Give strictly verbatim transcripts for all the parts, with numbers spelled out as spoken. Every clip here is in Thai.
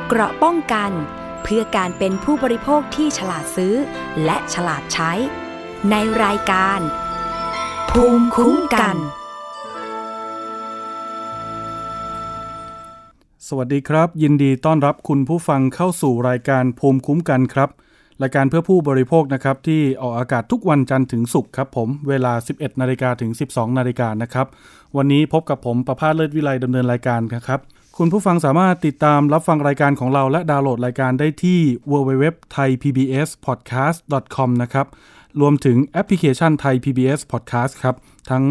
เกราะป้องกันเพื่อการเป็นผู้บริโภคที่ฉลาดซื้อและฉลาดใช้ในรายการภูมิคุ้มกันสวัสดีครับยินดีต้อนรับคุณผู้ฟังเข้าสู่รายการภูมิคุ้มกันครับรายการเพื่อผู้บริโภคนะครับที่ออกอากาศทุกวันจันทร์ถึงศุกร์ครับผมเวลา สิบเอ็ดนาฬิกา ถึง สิบสองนาฬิกา นะครับวันนี้พบกับผมประภาสเลิศวิไลดำเนินรายการครับคุณผู้ฟังสามารถติดตามรับฟังรายการของเราและดาวน์โหลดรายการได้ที่ ดับเบิลยู ดับเบิลยู ดับเบิลยู ดอท ไทย พี บี เอส พอดแคสต์ ดอท คอม นะครับรวมถึงแอปพลิเคชัน Thai พี บี เอส Podcast ครับทั้ง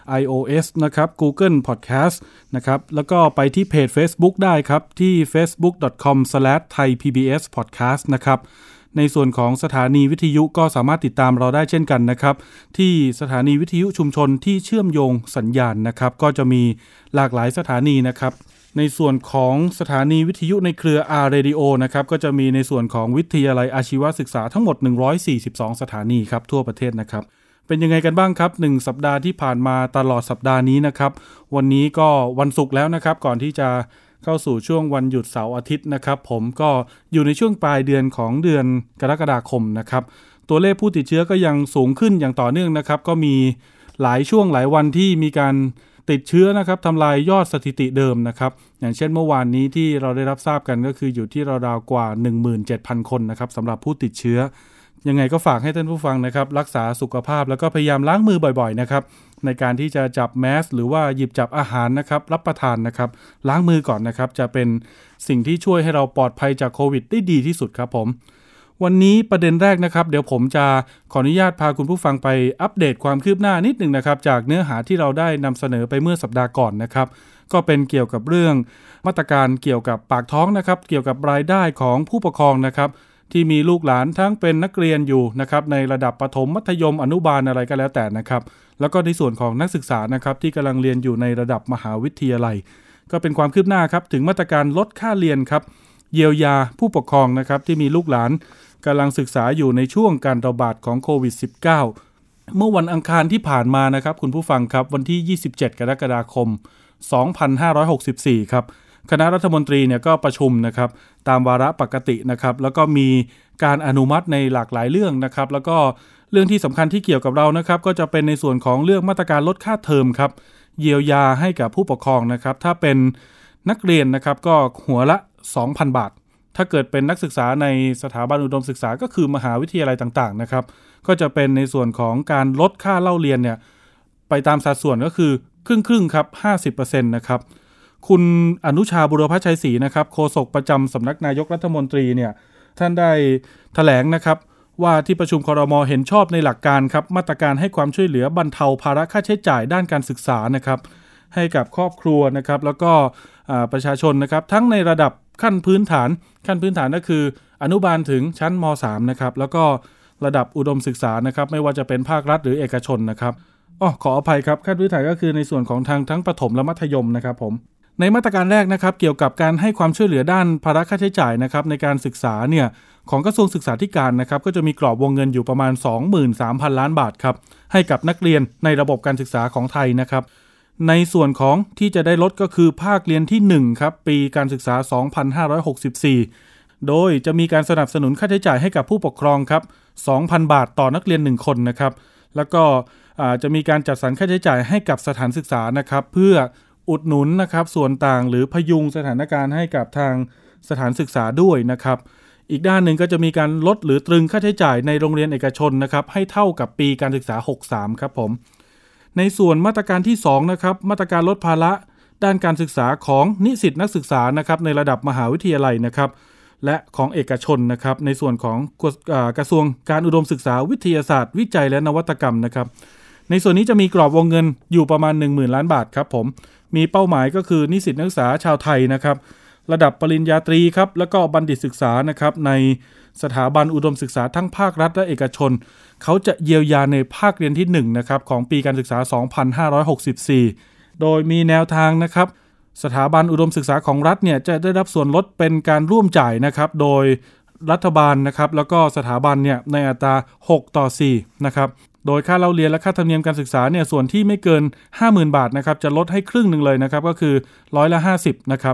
iOS นะครับ Google Podcast นะครับแล้วก็ไปที่เพจ Facebook ได้ครับที่ เฟซบุ๊ก ดอท คอม สแลช ไทย พี บี เอส พอดแคสต์ นะครับในส่วนของสถานีวิทยุก็สามารถติดตามเราได้เช่นกันนะครับที่สถานีวิทยุชุมชนที่เชื่อมโยงสัญญาณนะครับก็จะมีหลากหลายสถานีนะครับในส่วนของสถานีวิทยุในเครือ R Radio นะครับก็จะมีในส่วนของวิทยาลัยอาชีวศึกษาทั้งหมดหนึ่งร้อยสี่สิบสองสถานีครับทั่วประเทศนะครับเป็นยังไงกันบ้างครับหนึ่งสัปดาห์ที่ผ่านมาตลอดสัปดาห์นี้นะครับวันนี้ก็วันศุกร์แล้วนะครับก่อนที่จะเข้าสู่ช่วงวันหยุดเสาร์อาทิตย์นะครับผมก็อยู่ในช่วงปลายเดือนของเดือนกรกฎาคมนะครับตัวเลขผู้ติดเชื้อก็ยังสูงขึ้นอย่างต่อเนื่องนะครับก็มีหลายช่วงหลายวันที่มีการติดเชื้อนะครับทำลายยอดสถิติเดิมนะครับอย่างเช่นเมื่อวานนี้ที่เราได้รับทราบกันก็คืออยู่ที่ราวๆกว่า หนึ่งหมื่นเจ็ดพัน คนนะครับสำหรับผู้ติดเชื้อยังไงก็ฝากให้ท่านผู้ฟังนะครับรักษาสุขภาพแล้วก็พยายามล้างมือบ่อยๆนะครับในการที่จะจับแมสหรือว่าหยิบจับอาหารนะครับรับประทานนะครับล้างมือก่อนนะครับจะเป็นสิ่งที่ช่วยให้เราปลอดภัยจากโควิดได้ดีที่สุดครับผมวันนี้ประเด็นแรกนะครับเดี๋ยวผมจะขออนุญาตพาคุณผู้ฟังไปอัปเดตความคืบหน้านิดหนึ่งนะครับจากเนื้อหาที่เราได้นำเสนอไปเมื่อสัปดาห์ก่อนนะครับก็เป็นเกี่ยวกับเรื่องมาตรการเกี่ยวกับปากท้องนะครับเกี่ยวกับรายได้ของผู้ปกครองนะครับที่มีลูกหลานทั้งเป็นนักเรียนอยู่นะครับในระดับประถมมัธยมอนุบาลอะไรก็แล้วแต่นะครับแล้วก็ในส่วนของนักศึกษานะครับที่กำลังเรียนอยู่ในระดับมหาวิทยาลัยก็เป็นความคืบหน้าครับถึงมาตรการลดค่าเรียนครับเยียวยาผู้ปกครองนะครับที่มีลูกหลานกำลังศึกษาอยู่ในช่วงการระบาดของโควิด สิบเก้า เมื่อวันอังคารที่ผ่านมานะครับคุณผู้ฟังครับวันที่ยี่สิบเจ็ดกรกฎาคมสองพันห้าร้อยหกสิบสี่ครับคณะรัฐมนตรีเนี่ยก็ประชุมนะครับตามวาระปกตินะครับแล้วก็มีการอนุมัติในหลากหลายเรื่องนะครับแล้วก็เรื่องที่สำคัญที่เกี่ยวกับเรานะครับก็จะเป็นในส่วนของเรื่องมาตรการลดค่าเทอมครับเยียวยาให้กับผู้ปกครองนะครับถ้าเป็นนักเรียนนะครับก็หัวละ สองพัน บาทถ้าเกิดเป็นนักศึกษาในสถาบันอุดมศึกษาก็คือมหาวิทยาลัยต่างๆนะครับก็จะเป็นในส่วนของการลดค่าเล่าเรียนเนี่ยไปตามสัดส่วนก็คือครึ่งๆครับ ห้าสิบเปอร์เซ็นต์ นะครับคุณอนุชาบุรพชัยศรีนะครับโฆษกประจำสำนักนายกรัฐมนตรีเนี่ยท่านได้แถลงนะครับว่าที่ประชุมครม.เห็นชอบในหลักการครับมาตรการให้ความช่วยเหลือบรรเทาภาระค่าใช้จ่ายด้านการศึกษานะครับให้กับครอบครัวนะครับแล้วก็ประชาชนนะครับทั้งในระดับขั้นพื้นฐานขั้นพื้นฐานก็คืออนุบาลถึงชั้นม.สาม นะครับแล้วก็ระดับอุดมศึกษานะครับไม่ว่าจะเป็นภาครัฐหรือเอกชนนะครับอ๋อขออภัยครับขั้นพื้นฐานก็คือในส่วนของทางทั้งประถมและมัธยมนะครับผมในมาตรการแรกนะครับเกี่ยวกับการให้ความช่วยเหลือด้านภาระค่าใช้จ่ายนะครับในการศึกษาเนี่ยของกระทรวงศึกษาธิการนะครับก็จะมีกรอบวงเงินอยู่ประมาณ สองหมื่นสามพัน ล้านบาทครับให้กับนักเรียนในระบบการศึกษาของไทยนะครับในส่วนของที่จะได้ลดก็คือภาคเรียนที่หนึ่งครับปีการศึกษาสองพันห้าร้อยหกสิบสี่โดยจะมีการสนับสนุนค่าใช้จ่ายให้กับผู้ปกครองครับ สองพัน บาทต่อนักเรียนหนึ่งคนนะครับแล้วก็จะมีการจัดสรรค่าใช้จ่ายให้กับสถานศึกษานะครับเพื่ออุดหนุนนะครับส่วนต่างหรือพยุงสถานการณ์ให้กับทางสถานศึกษาด้วยนะครับอีกด้านหนึ่งก็จะมีการลดหรือตรึงค่าใช้จ่ายในโรงเรียนเอกชนนะครับให้เท่ากับปีการศึกษาหกสิบสามครับผมในส่วนมาตรการที่สองนะครับมาตรการลดภาระด้านการศึกษาของนิสิตนักศึกษานะครับในระดับมหาวิทยาลัยนะครับและของเอกชนนะครับในส่วนของกระทรวงการอุดมศึกษาวิทยาศาสตร์วิจัยและนวัตกรรมนะครับในส่วนนี้จะมีกรอบวงเงินอยู่ประมาณ หนึ่งหมื่น ล้านบาทครับผมมีเป้าหมายก็คือนิสิตนักศึกษาชาวไทยนะครับระดับปริญญาตรีครับแล้วก็บัณฑิตศึกษานะครับในสถาบันอุดมศึกษาทั้งภาครัฐและเอกชนเขาจะเยียวยาในภาคเรียนที่หนึ่งนะครับของปีการศึกษาสองพันห้าร้อยหกสิบสี่โดยมีแนวทางนะครับสถาบันอุดมศึกษาของรัฐเนี่ยจะได้รับส่วนลดเป็นการร่วมจ่ายนะครับโดยรัฐบาลนะครับแล้วก็สถาบันเนี่ยในอัตราหกต่อสี่นะครับโดยค่าเล่าเรียนและค่าธรรมเนียมการศึกษาเนี่ยส่วนที่ไม่เกิน ห้าหมื่น บาทนะครับจะลดให้ครึ่งนึงเลยนะครับก็คือร้อยละห้าสิบนะครับใน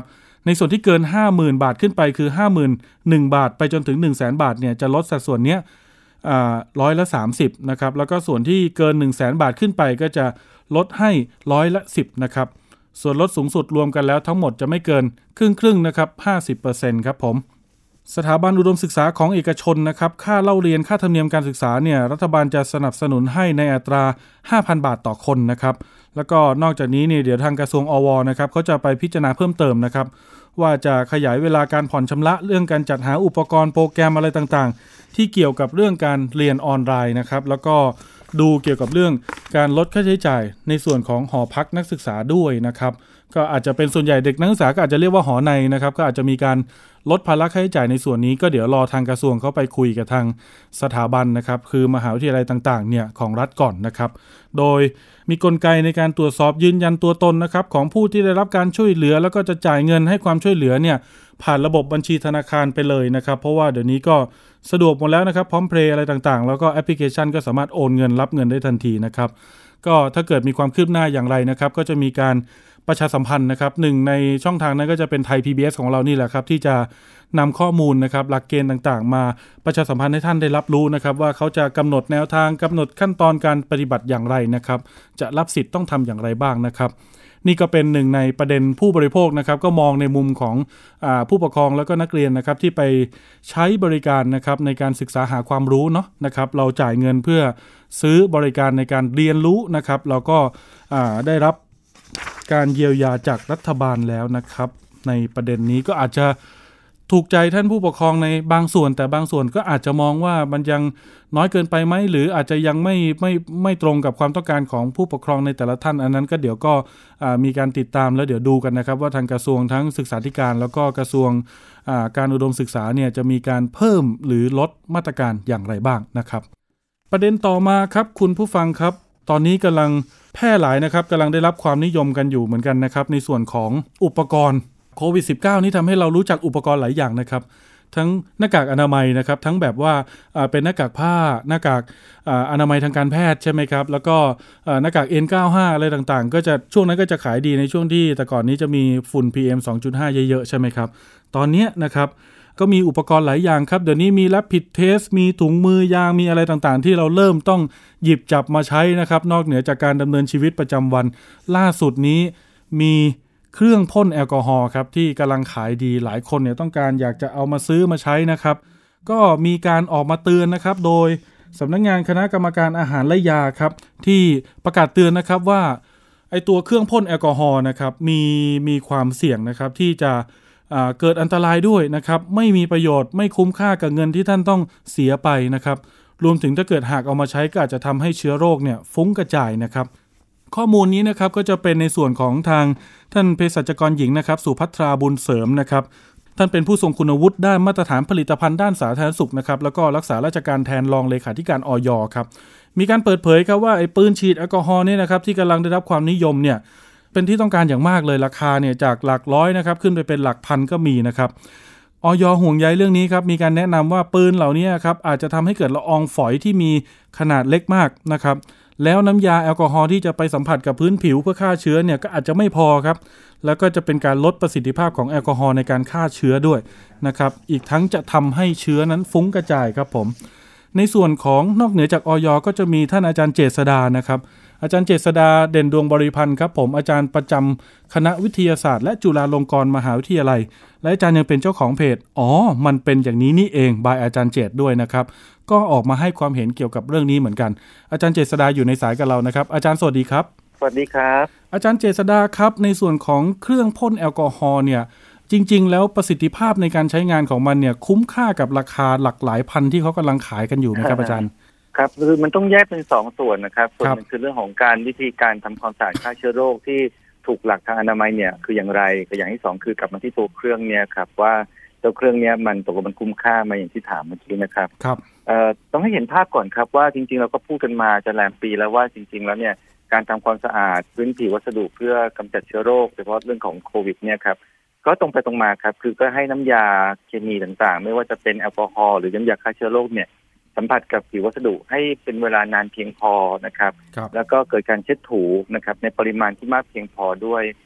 ในส่วนที่เกิน ห้าหมื่น บาทขึ้นไปคือ ห้าหมื่นหนึ่ง บาทไปจนถึง หนึ่งแสน บาทเนี่ยจะลดสัดส่วนเนี้ยอ่าร้อยละสามสิบนะครับแล้วก็ส่วนที่เกิน หนึ่งแสน บาทขึ้นไปก็จะลดให้ร้อยละสิบนะครับส่วนลดสูงสุดรวมกันแล้วทั้งหมดจะไม่เกินครึ่งๆนะครับ ห้าสิบเปอร์เซ็นต์ ครับผมสถาบันอุดมศึกษาของเอกชนนะครับค่าเล่าเรียนค่าธรรมเนียมการศึกษาเนี่ยรัฐบาลจะสนับสนุนให้ในอัตรา ห้าพัน บาทต่อคนนะครับแล้วก็นอกจากนี้เนี่ยเดี๋ยวทางกระทรวงอวนะครับเขาจะไปพิจารณาเพิ่มเติมนะครับว่าจะขยายเวลาการผ่อนชำระเรื่องการจัดหาอุปกรณ์โปรแกรมอะไรต่างๆที่เกี่ยวกับเรื่องการเรียนออนไลน์นะครับแล้วก็ดูเกี่ยวกับเรื่องการลดค่าใช้จ่ายในส่วนของหอพักนักศึกษาด้วยนะครับก็อาจจะเป็นส่วนใหญ่เด็กนักศึกษาก็อาจจะเรียกว่าหอในนะครับก็อาจจะมีการลดภาระค่าใช้จ่ายในส่วนนี้ก็เดี๋ยวรอทางกระทรวงเขาไปคุยกับทางสถาบันนะครับคือมหาวิทยาลัยต่างๆเนี่ยของรัฐก่อนนะครับโดยมีกลไกในการตรวจสอบยืนยันตัวตนนะครับของผู้ที่ได้รับการช่วยเหลือแล้วก็จะจ่ายเงินให้ความช่วยเหลือเนี่ยผ่านระบบบัญชีธนาคารไปเลยนะครับเพราะว่าเดี๋ยวนี้ก็สะดวกหมดแล้วนะครับพร้อมเพลย์อะไรต่างๆแล้วก็แอปพลิเคชันก็สามารถโอนเงินรับเงินได้ทันทีนะครับก็ถ้าเกิดมีความคืบหน้าอย่างไรนะครับก็จะมีการประชาสัมพันธ์นะครับหนึ่งในช่องทางนั้นก็จะเป็นไทย พี บี เอส ของเรานี่แหละครับที่จะนำข้อมูลนะครับหลักเกณฑ์ต่างๆมาประชาสัมพันธ์ให้ท่านได้รับรู้นะครับว่าเขาจะกำหนดแนวทางกำหนดขั้นตอนการปฏิบัติอย่างไรนะครับจะรับสิทธิ์ต้องทำอย่างไรบ้างนะครับนี่ก็เป็นหนึ่งในประเด็นผู้บริโภคนะครับก็มองในมุมของอ่าผู้ปกครองแล้วก็นักเรียนนะครับที่ไปใช้บริการนะครับในการศึกษาหาความรู้เนาะนะครับเราจ่ายเงินเพื่อซื้อบริการในการเรียนรู้นะครับเราก็อ่าได้รับการเยียวยาจากรัฐบาลแล้วนะครับในประเด็นนี้ก็อาจจะถูกใจท่านผู้ปกครองในบางส่วนแต่บางส่วนก็อาจจะมองว่ามันยังน้อยเกินไปไหมหรืออาจจะยังไม่ไม่ไม่ตรงกับความต้องการของผู้ปกครองในแต่ละท่านอันนั้นก็เดี๋ยวก็มีการติดตามแล้วเดี๋ยวดูกันนะครับว่าทางกระทรวงทั้งศึกษาธิการแล้วก็กระทรวงการอุดมศึกษาเนี่ยจะมีการเพิ่มหรือลดมาตรการอย่างไรบ้างนะครับประเด็นต่อมาครับคุณผู้ฟังครับตอนนี้กำลังแพร่หลายนะครับกำลังได้รับความนิยมกันอยู่เหมือนกันนะครับในส่วนของอุปกรณ์โควิด สิบเก้า นี่ทำให้เรารู้จักอุปกรณ์หลายอย่างนะครับทั้งหน้ากากอนามัยนะครับทั้งแบบว่าเป็นหน้ากากผ้าหน้ากากอนามัยทางการแพทย์ใช่ไหมครับแล้วก็หน้ากาก เอ็น เก้าสิบห้า อะไรต่างๆก็จะช่วงนั้นก็จะขายดีในช่วงที่แต่ก่อนนี้จะมีฝุ่น พี เอ็ม สองจุดห้า เยอะๆใช่ไหมครับตอนนี้นะครับก็มีอุปกรณ์หลายอย่างครับเดี๋ยวนี้มี Rapid Test มีถุงมือยางมีอะไรต่างๆที่เราเริ่มต้องหยิบจับมาใช้นะครับนอกเหนือจากการดำเนินชีวิตประจำวันล่าสุดนี้มีเครื่องพ่นแอลกอฮอล์ครับที่กำลังขายดีหลายคนเนี่ยต้องการอยากจะเอามาซื้อมาใช้นะครับก็มีการออกมาเตือนนะครับโดยสำนักงานคณะกรรมการอาหารและยาครับที่ประกาศเตือนนะครับว่าไอตัวเครื่องพ่นแอลกอฮอล์นะครับมีมีความเสี่ยงนะครับที่จะเกิดอันตรายด้วยนะครับไม่มีประโยชน์ไม่คุ้มค่ากับเงินที่ท่านต้องเสียไปนะครับรวมถึงถ้าเกิดหากเอามาใช้ก็อาจจะทำให้เชื้อโรคเนี่ยฟุ้งกระจายนะครับข้อมูลนี้นะครับก็จะเป็นในส่วนของทางท่านเภสัชกรหญิงนะครับสุภัทราบุญเสริมนะครับท่านเป็นผู้ทรงคุณวุฒิด้านมาตรฐานผลิตภัณฑ์ด้านสาธารณสุขนะครับแล้วก็รักษาราชการแทนรองเลขาธิการอย.ครับมีการเปิดเผยครับว่าไอ้ปืนฉีดแอลกอฮอล์นี่นะครับที่กำลังได้รับความนิยมเนี่ยเป็นที่ต้องการอย่างมากเลยราคาเนี่ยจากหลักร้อยนะครับขึ้นไปเป็นหลักพันก็มีนะครับอย.ห่วงใยเรื่องนี้ครับมีการแนะนำว่าปืนเหล่านี้ครับอาจจะทำให้เกิดละอองฝอยที่มีขนาดเล็กมากนะครับแล้วน้ำยาแอลกอฮอล์ที่จะไปสัมผัสกับพื้นผิวเพื่อฆ่าเชื้อเนี่ยก็อาจจะไม่พอครับแล้วก็จะเป็นการลดประสิทธิภาพของแอลกอฮอล์ในการฆ่าเชื้อด้วยนะครับอีกทั้งจะทำให้เชื้อนั้นฟุ้งกระจายครับผมในส่วนของนอกเหนือจากอย.ก็จะมีท่านอาจารย์เจษฎานะครับอาจารย์เจษฎาเด่นดวงบริพันธ์ครับผมอาจารย์ประจำคณะวิทยาศาสตร์และจุฬาลงกรณ์มหาวิทยาลัยและอาจารย์ยังเป็นเจ้าของเพจอ๋อมันเป็นอย่างนี้นี่เองบายอาจารย์เจษด้วยนะครับก็ออกมาให้ความเห็นเกี่ยวกับเรื่องนี้เหมือนกันอาจารย์เจษฎาอยู่ในสายกับเรานะครับอาจารย์สวัสดีครับสวัสดีครับอาจารย์เจษฎาครับในส่วนของเครื่องพ่นแอลกอฮอล์เนี่ยจริงๆแล้วประสิทธิภาพในการใช้งานของมันเนี่ยคุ้มค่ากับราคาหลักหลายพันที่เขากำลังขายกันอยู่ไหมครับอาจารย์ครับคือมันต้องแยกเป็นสองส่วนนะครับส่วนนึงคือเรื่องของการวิธีการทำความสะอาดฆ่าเชื้อโรคที่ถูกหลักทางอนามัยเนี่ยคืออย่างไรกับอย่างที่สองคือกลับมาที่ตัวเครื่องเนี่ยครับว่าเจ้าเครื่องนี้มันตกลงมันคุ้มค่ามาอย่างที่ถามเมื่อกี้นะครับครับเอ่อต้องให้เห็นภาพก่อนครับว่าจริงๆเราก็พูดกันมาจะแรมปีแล้วว่าจริงๆแล้วเนี่ยการทำความสะอาดพื้นผิววัสดุเพื่อกำจัดเชื้อโรคโดยเฉพาะเรื่องของโควิดเนี่ยครับก็ตรงไปตรงมาครับคือก็ให้น้ำยาเคมีต่างๆไม่ว่าจะเป็นแอลกอฮอล์หรือน้ำยาฆ่าเชื้อโรคเนี่ยสัมผัสกับผิววัสดุให้เป็นเวลานานเพียงพอนะครับแล้วก็เกิดการเช็ดถูนะครับในปริมาณที่มากเพียงพอด้วย ฉ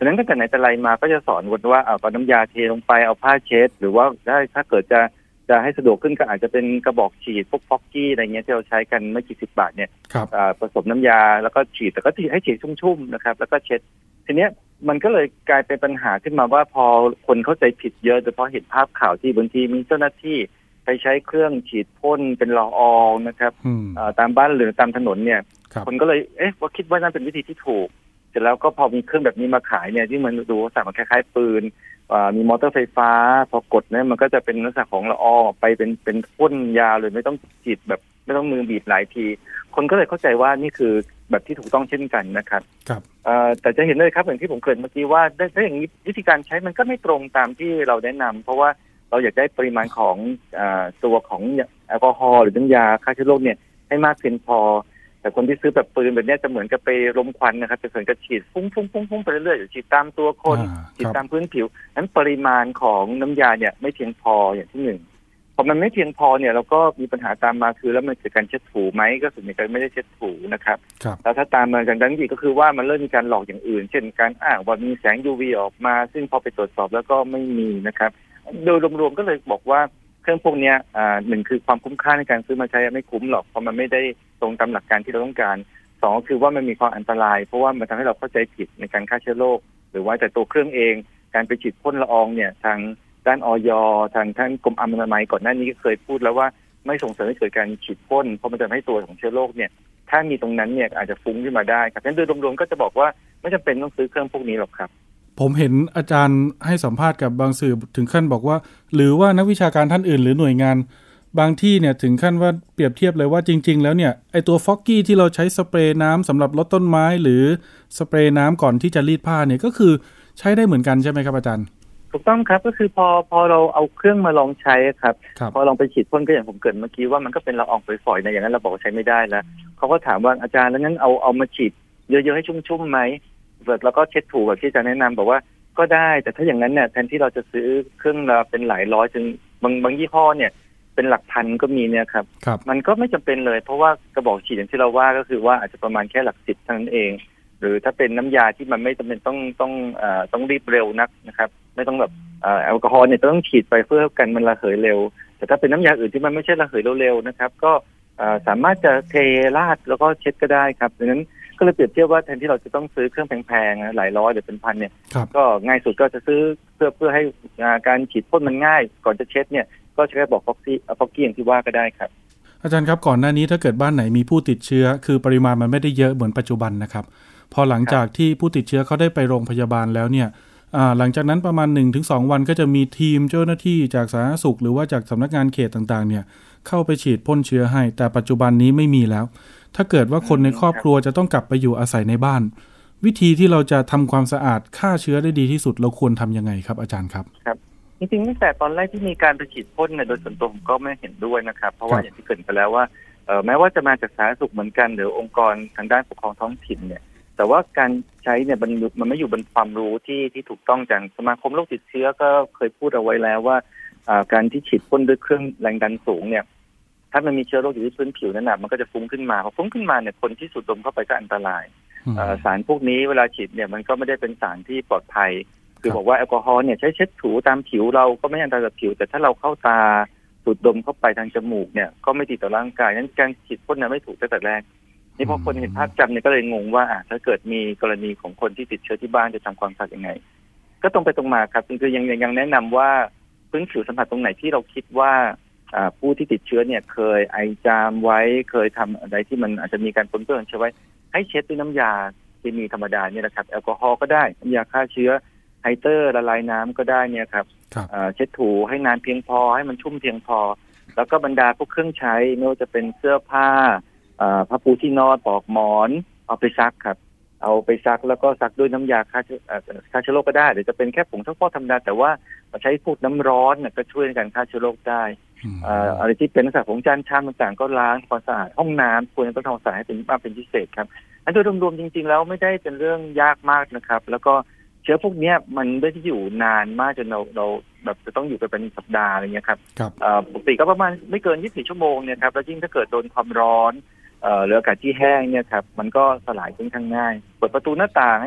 ะนั้นตั้งแต่ไหนแต่ไรมาก็จะสอนว่าเอาน้ำยาเทลงไปเอาผ้าเช็ดหรือว่าได้ถ้าเกิดจะจะให้สะดวกขึ้นก็อาจจะเป็นกระบอกฉีดพวกฟอกกี้อะไรเงี้ยที่เราใช้กันไม่กี่สิบบาทเนี่ยผสมน้ำยาแล้วก็ฉีดแต่ก็ให้ฉีดชุ่มๆนะครับแล้วก็เช็ดทีเนี้ยมันก็เลยกลายเป็นปัญหาขึ้นมาว่าพอคนเข้าใจผิดเยอะโดยเฉพาะเห็นภาพข่าวที่บางทีมีเจ้าหน้าที่ไปใช้เครื่องฉีดพ่นเป็นละอองนะครับตามบ้านหรือตามถนนเนี่ยคนก็เลยเอ๊ะว่าคิดว่านั่นเป็นวิธีที่ถูกเสร็จแล้วก็พอมีเครื่องแบบนี้มาขายเนี่ยที่มันดูสั่งมันคล้ายๆปืนมีมอเตอร์ไฟฟ้าพอกดเนี่ยมันก็จะเป็นลักษณะของละอองไปเป็นเป็นพ่นยาเลยไม่ต้องฉีดแบบไม่ต้องมือบีบหลายทีคนก็เลยเข้าใจว่านี่คือแบบที่ถูกต้องเช่นกันนะครับครับแต่จะเห็นเลยครับอย่างที่ผมเกริ่นเมื่อกี้ว่าถ้าอย่างนี้วิธีการใช้มันก็ไม่ตรงตามที่เราแนะนำเพราะว่าเราอยากได้ปริมาณของตัวของแอลกอฮอล์หรือน้ำยาฆ่าเชื้อโรคเนี่ยให้มากเพียงพอแต่คนที่ซื้อแบบปืนแบบนี้จะเหมือนกับไปรมควันนะครับจะเหมือนกับฉีดฟุ้งฟุ้งฟุ้งฟุ้งไปเรื่อยๆฉีดตามตัวคนฉีดตามพื้นผิวนั้นปริมาณของน้ำยาเนี่ยไม่เพียงพออย่างที่หนึ่งพอมันไม่เพียงพอเนี่ยเราก็มีปัญหาตามมาคือแล้วมันเกิดการเช็ดถูไหมก็ส่วนใหญ่ก็ไม่ได้เช็ดถูนะครับแล้วถ้าตามมาจากนั้นอีกก็คือว่ามันเริ่มมีการหลอกอย่างอื่นเช่นการอ้างว่ามีแสง ยู วี ออกมาซึ่งพอไปตรวจสอบแล้วก็ไม่มีนะครับโดยรวมๆก็เลยบอกว่าเครื่องพวกนี้อ่าหนึ่งคือความคุ้มค่าในการซื้อมาใช้ไม่คุ้มหรอกเพราะมันไม่ได้ตรงตามหลักการที่เราต้องการสองคือว่ามันมีความอันตรายเพราะว่ามันทำให้เราเข้าใจผิดในการฆ่าเชื้อโรคหรือว่าแต่ตัวเครื่องเองการไปฉีดพ่นละอองเนี่ยทางด้านอย.ทางท่านกรมอนามัยก่อนหน้านี้ก็เคยพูดแล้วว่าไม่ส่งเสริมให้เกิดการฉีดพ่นเพราะมันจะทำให้ตัวของเชื้อโรคเนี่ยถ้ามีตรงนั้นเนี่ยอาจจะฟุ้งขึ้นมาได้ครับงั้นโดยรวมๆก็จะบอกว่าไม่จำเป็นต้องซื้อเครื่องพวกนี้หรอกครับผมเห็นอาจารย์ให้สัมภาษณ์กับบางสื่อถึงขั้นบอกว่าหรือว่านักวิชาการท่านอื่นหรือหน่วยงานบางที่เนี่ยถึงขั้นว่าเปรียบเทียบเลยว่าจริงๆแล้วเนี่ยไอตัวฟอกกี้ที่เราใช้สเปรย์น้ำสำหรับลดต้นไม้หรือสเปรย์น้ำก่อนที่จะรีดผ้าเนี่ยก็คือใช้ได้เหมือนกันใช่ไหมครับอาจารย์ถูกต้องครับก็คือพอพอเราเอาเครื่องมาลองใช้ครับพอลองไปฉีดพ่นก็อย่างผมเกริ่นเมื่อกี้ว่ามันก็เป็นละอองฝอยๆนะอย่างนั้นเราบอกว่าใช้ไม่ได้แล้วเขาก็ถามว่าอาจารย์แล้วงั้นเอาเอามาฉีดเยอะๆให้ชุ่มๆไหมแล้วก็เช็ดถูแบบที่อาจารย์แนะนำบอกว่าก็ได้แต่ถ้าอย่างนั้นเนี่ยแทนที่เราจะซื้อเครื่องละเป็นหลายร้อยจนบางบางยี่ห้อเนี่ยเป็นหลักพันก็มีเนี่ยครับมันก็ไม่จำเป็นเลยเพราะว่ากระบอกฉีดอย่างที่เราว่าก็คือว่าอาจจะประมาณแค่หลักสิบเท่านั้นเองหรือถ้าเป็นน้ำยาที่มันไม่จำเป็นต้องต้องเอ่อต้องรีบเร็วนักนะครับไม่ต้องแบบเอ่อแอลกอฮอล์เนี่ยต้องฉีดไปเพื่อกันมันระเหยเร็วแต่ถ้าเป็นน้ำยาอื่นที่มันไม่ใช่ระเหยเร็วๆนะครับก็สามารถจะเทราดแล้วก็เช็ดก็ได้ครับดังนั้นก็เลยเปรียบเทียบว่าแทนที่เราจะต้องซื้อเครื่องแพงๆหลายร้อยหรือเป็นพันเนี่ยก็ง่ายสุดก็จะซื้อเพื่อเพื่อให้การฉีดพ่นมันง่ายก่อนจะเช็ดเนี่ยก็ใช้กระบอกฟอกซี่ฟอกกี้อย่างที่ว่าก็ได้ครับอาจารย์ครับก่อนหน้านี้ถ้าเกิดบ้านไหนมีผู้ติดเชื้อคือปริมาณมันไม่ได้เยอะเหมือนปัจจุบันนะครับพอหลังจากที่ผู้ติดเชื้อเขาได้ไปโรงพยาบาลแล้วเนี่ยหลังจากนั้นประมาณ หนึ่งถึงสอง วันก็จะมีทีมเจ้าหน้าที่จากสาธารณสุขหรือว่าจากสำนักงานเขตต่างๆเนี่ยเข้าไปฉีดพ่นเชื้อให้แต่ปัจจุบันนี้ไม่มีแล้วถ้าเกิดว่าคนในครอบครัวจะต้องกลับไปอยู่อาศัยในบ้านวิธีที่เราจะทำความสะอาดฆ่าเชื้อได้ดีที่สุดเราควรทำยังไงครับอาจารย์ครับครับจริงๆตั้งแต่ตอนแรกที่มีการไปฉีดพ่นเนี่ยโดยส่วนตัวผมก็ไม่เห็นด้วยนะครับเพราะว่าอย่างที่เกริ่นไปแล้วว่าแม้ว่าจะมาจากสาธารณสุขเหมือนกันหรือองค์กรทางด้านปกครองท้องถิ่นเนี่ยแต่ว่าการใช้เนี่ยมันมันไม่อยู่บนความรู้ที่ที่ถูกต้องจากสมาคมโรคติดเชื้อก็เคยพูดเอาไว้แล้วว่าการที่ฉีดพ่นด้วยเครื่องแรงดันสูงเนี่ยถ้ามันมีเชื้อโรคอยู่ที่พื้นผิวนั่นแหละมันก็จะฟุ้งขึ้นมาพอฟุ้งขึ้นมาเนี่ยคนที่สูดดมเข้าไปก็อันตรายสารพวกนี้เวลาฉีดเนี่ยมันก็ไม่ได้เป็นสารที่ปลอดภัยคือบอกว่าแอลกอฮอล์เนี่ยใช้เช็ดถูตามผิวเราก็ไม่อันตรายกับผิวแต่ถ้าเราเข้าตาสูดดมเข้าไปทางจมูกเนี่ยก็ไม่ดีต่อร่างกายนั้นการฉีดพ่นเนี่ยไม่ถูกตั้งแต่แรกนี่พอคนเห็นภาพจำเนี่ยก็เลยงงว่าอ่ะถ้าเกิดมีกรณีของคนที่ติดเชื้อที่บ้านจะทำความสะอาดยังไงก็ตรงไปตรงมาครับคือยังยังแนะนำว่าพื้นผิวสัมผัสตรงไหนที่เราคิดว่าผู้ที่ติดเชื้อเนี่ยเคยไอจามไว้เคยทำอะไรที่มันอาจจะมีการปนเปื้อนเชื้อไว้ให้เช็ดด้วยน้ำยาเคมีธรรมดาเนี่ยนะครับแอลกอฮอล์ก็ได้น้ำยาฆ่าเชื้อไฮเตอร์ละลายน้ำก็ได้เนี่ยครับเช็ดถูให้นานเพียงพอให้มันชุ่มเพียงพอแล้วก็บรรดาพวกเครื่องใช้ไม่ว่าจะเป็นเสื้อผ้าผ้าปูที่นอนปลอกหมอนเอาไปซักครับเอาไปซักแล้วก็ซักด้วยน้ำยาฆ่าเชื้อฆ่าเชื้อโรคก็ได้หรือจะเป็นแค่ผงซักฟอกธรรมดาแต่ว่าใช้พวกน้ำร้อนก็ช่วยในการฆ่าเชื้อโรคได้อะไรที่เป็นลักษณะของจานชามต่างๆก็ล้างความสะอาดห้องน้ำควรจะต้องทำความสะอาดให้เป็นมากเป็นพิเศษครับอันโดยรวมๆจริงๆแล้วไม่ได้เป็นเรื่องยากมากนะครับแล้วก็เชื้อพวกนี้มันไม่ได้อยู่นานมากจนเราเราแบบจะต้องอยู่กันเป็นสัปดาห์อะไรเงี้ยครับปกติก็ประมาณไม่เกินยี่สิบสี่ชั่วโมงเนี่ยครับแล้วยิ่งถ้าเกิดโดนความร้อนหรืออากาศที่แห้งเนี่ยครับมันก็สลายค่อนข้างง่ายเปิดประตูหน้าต่างให้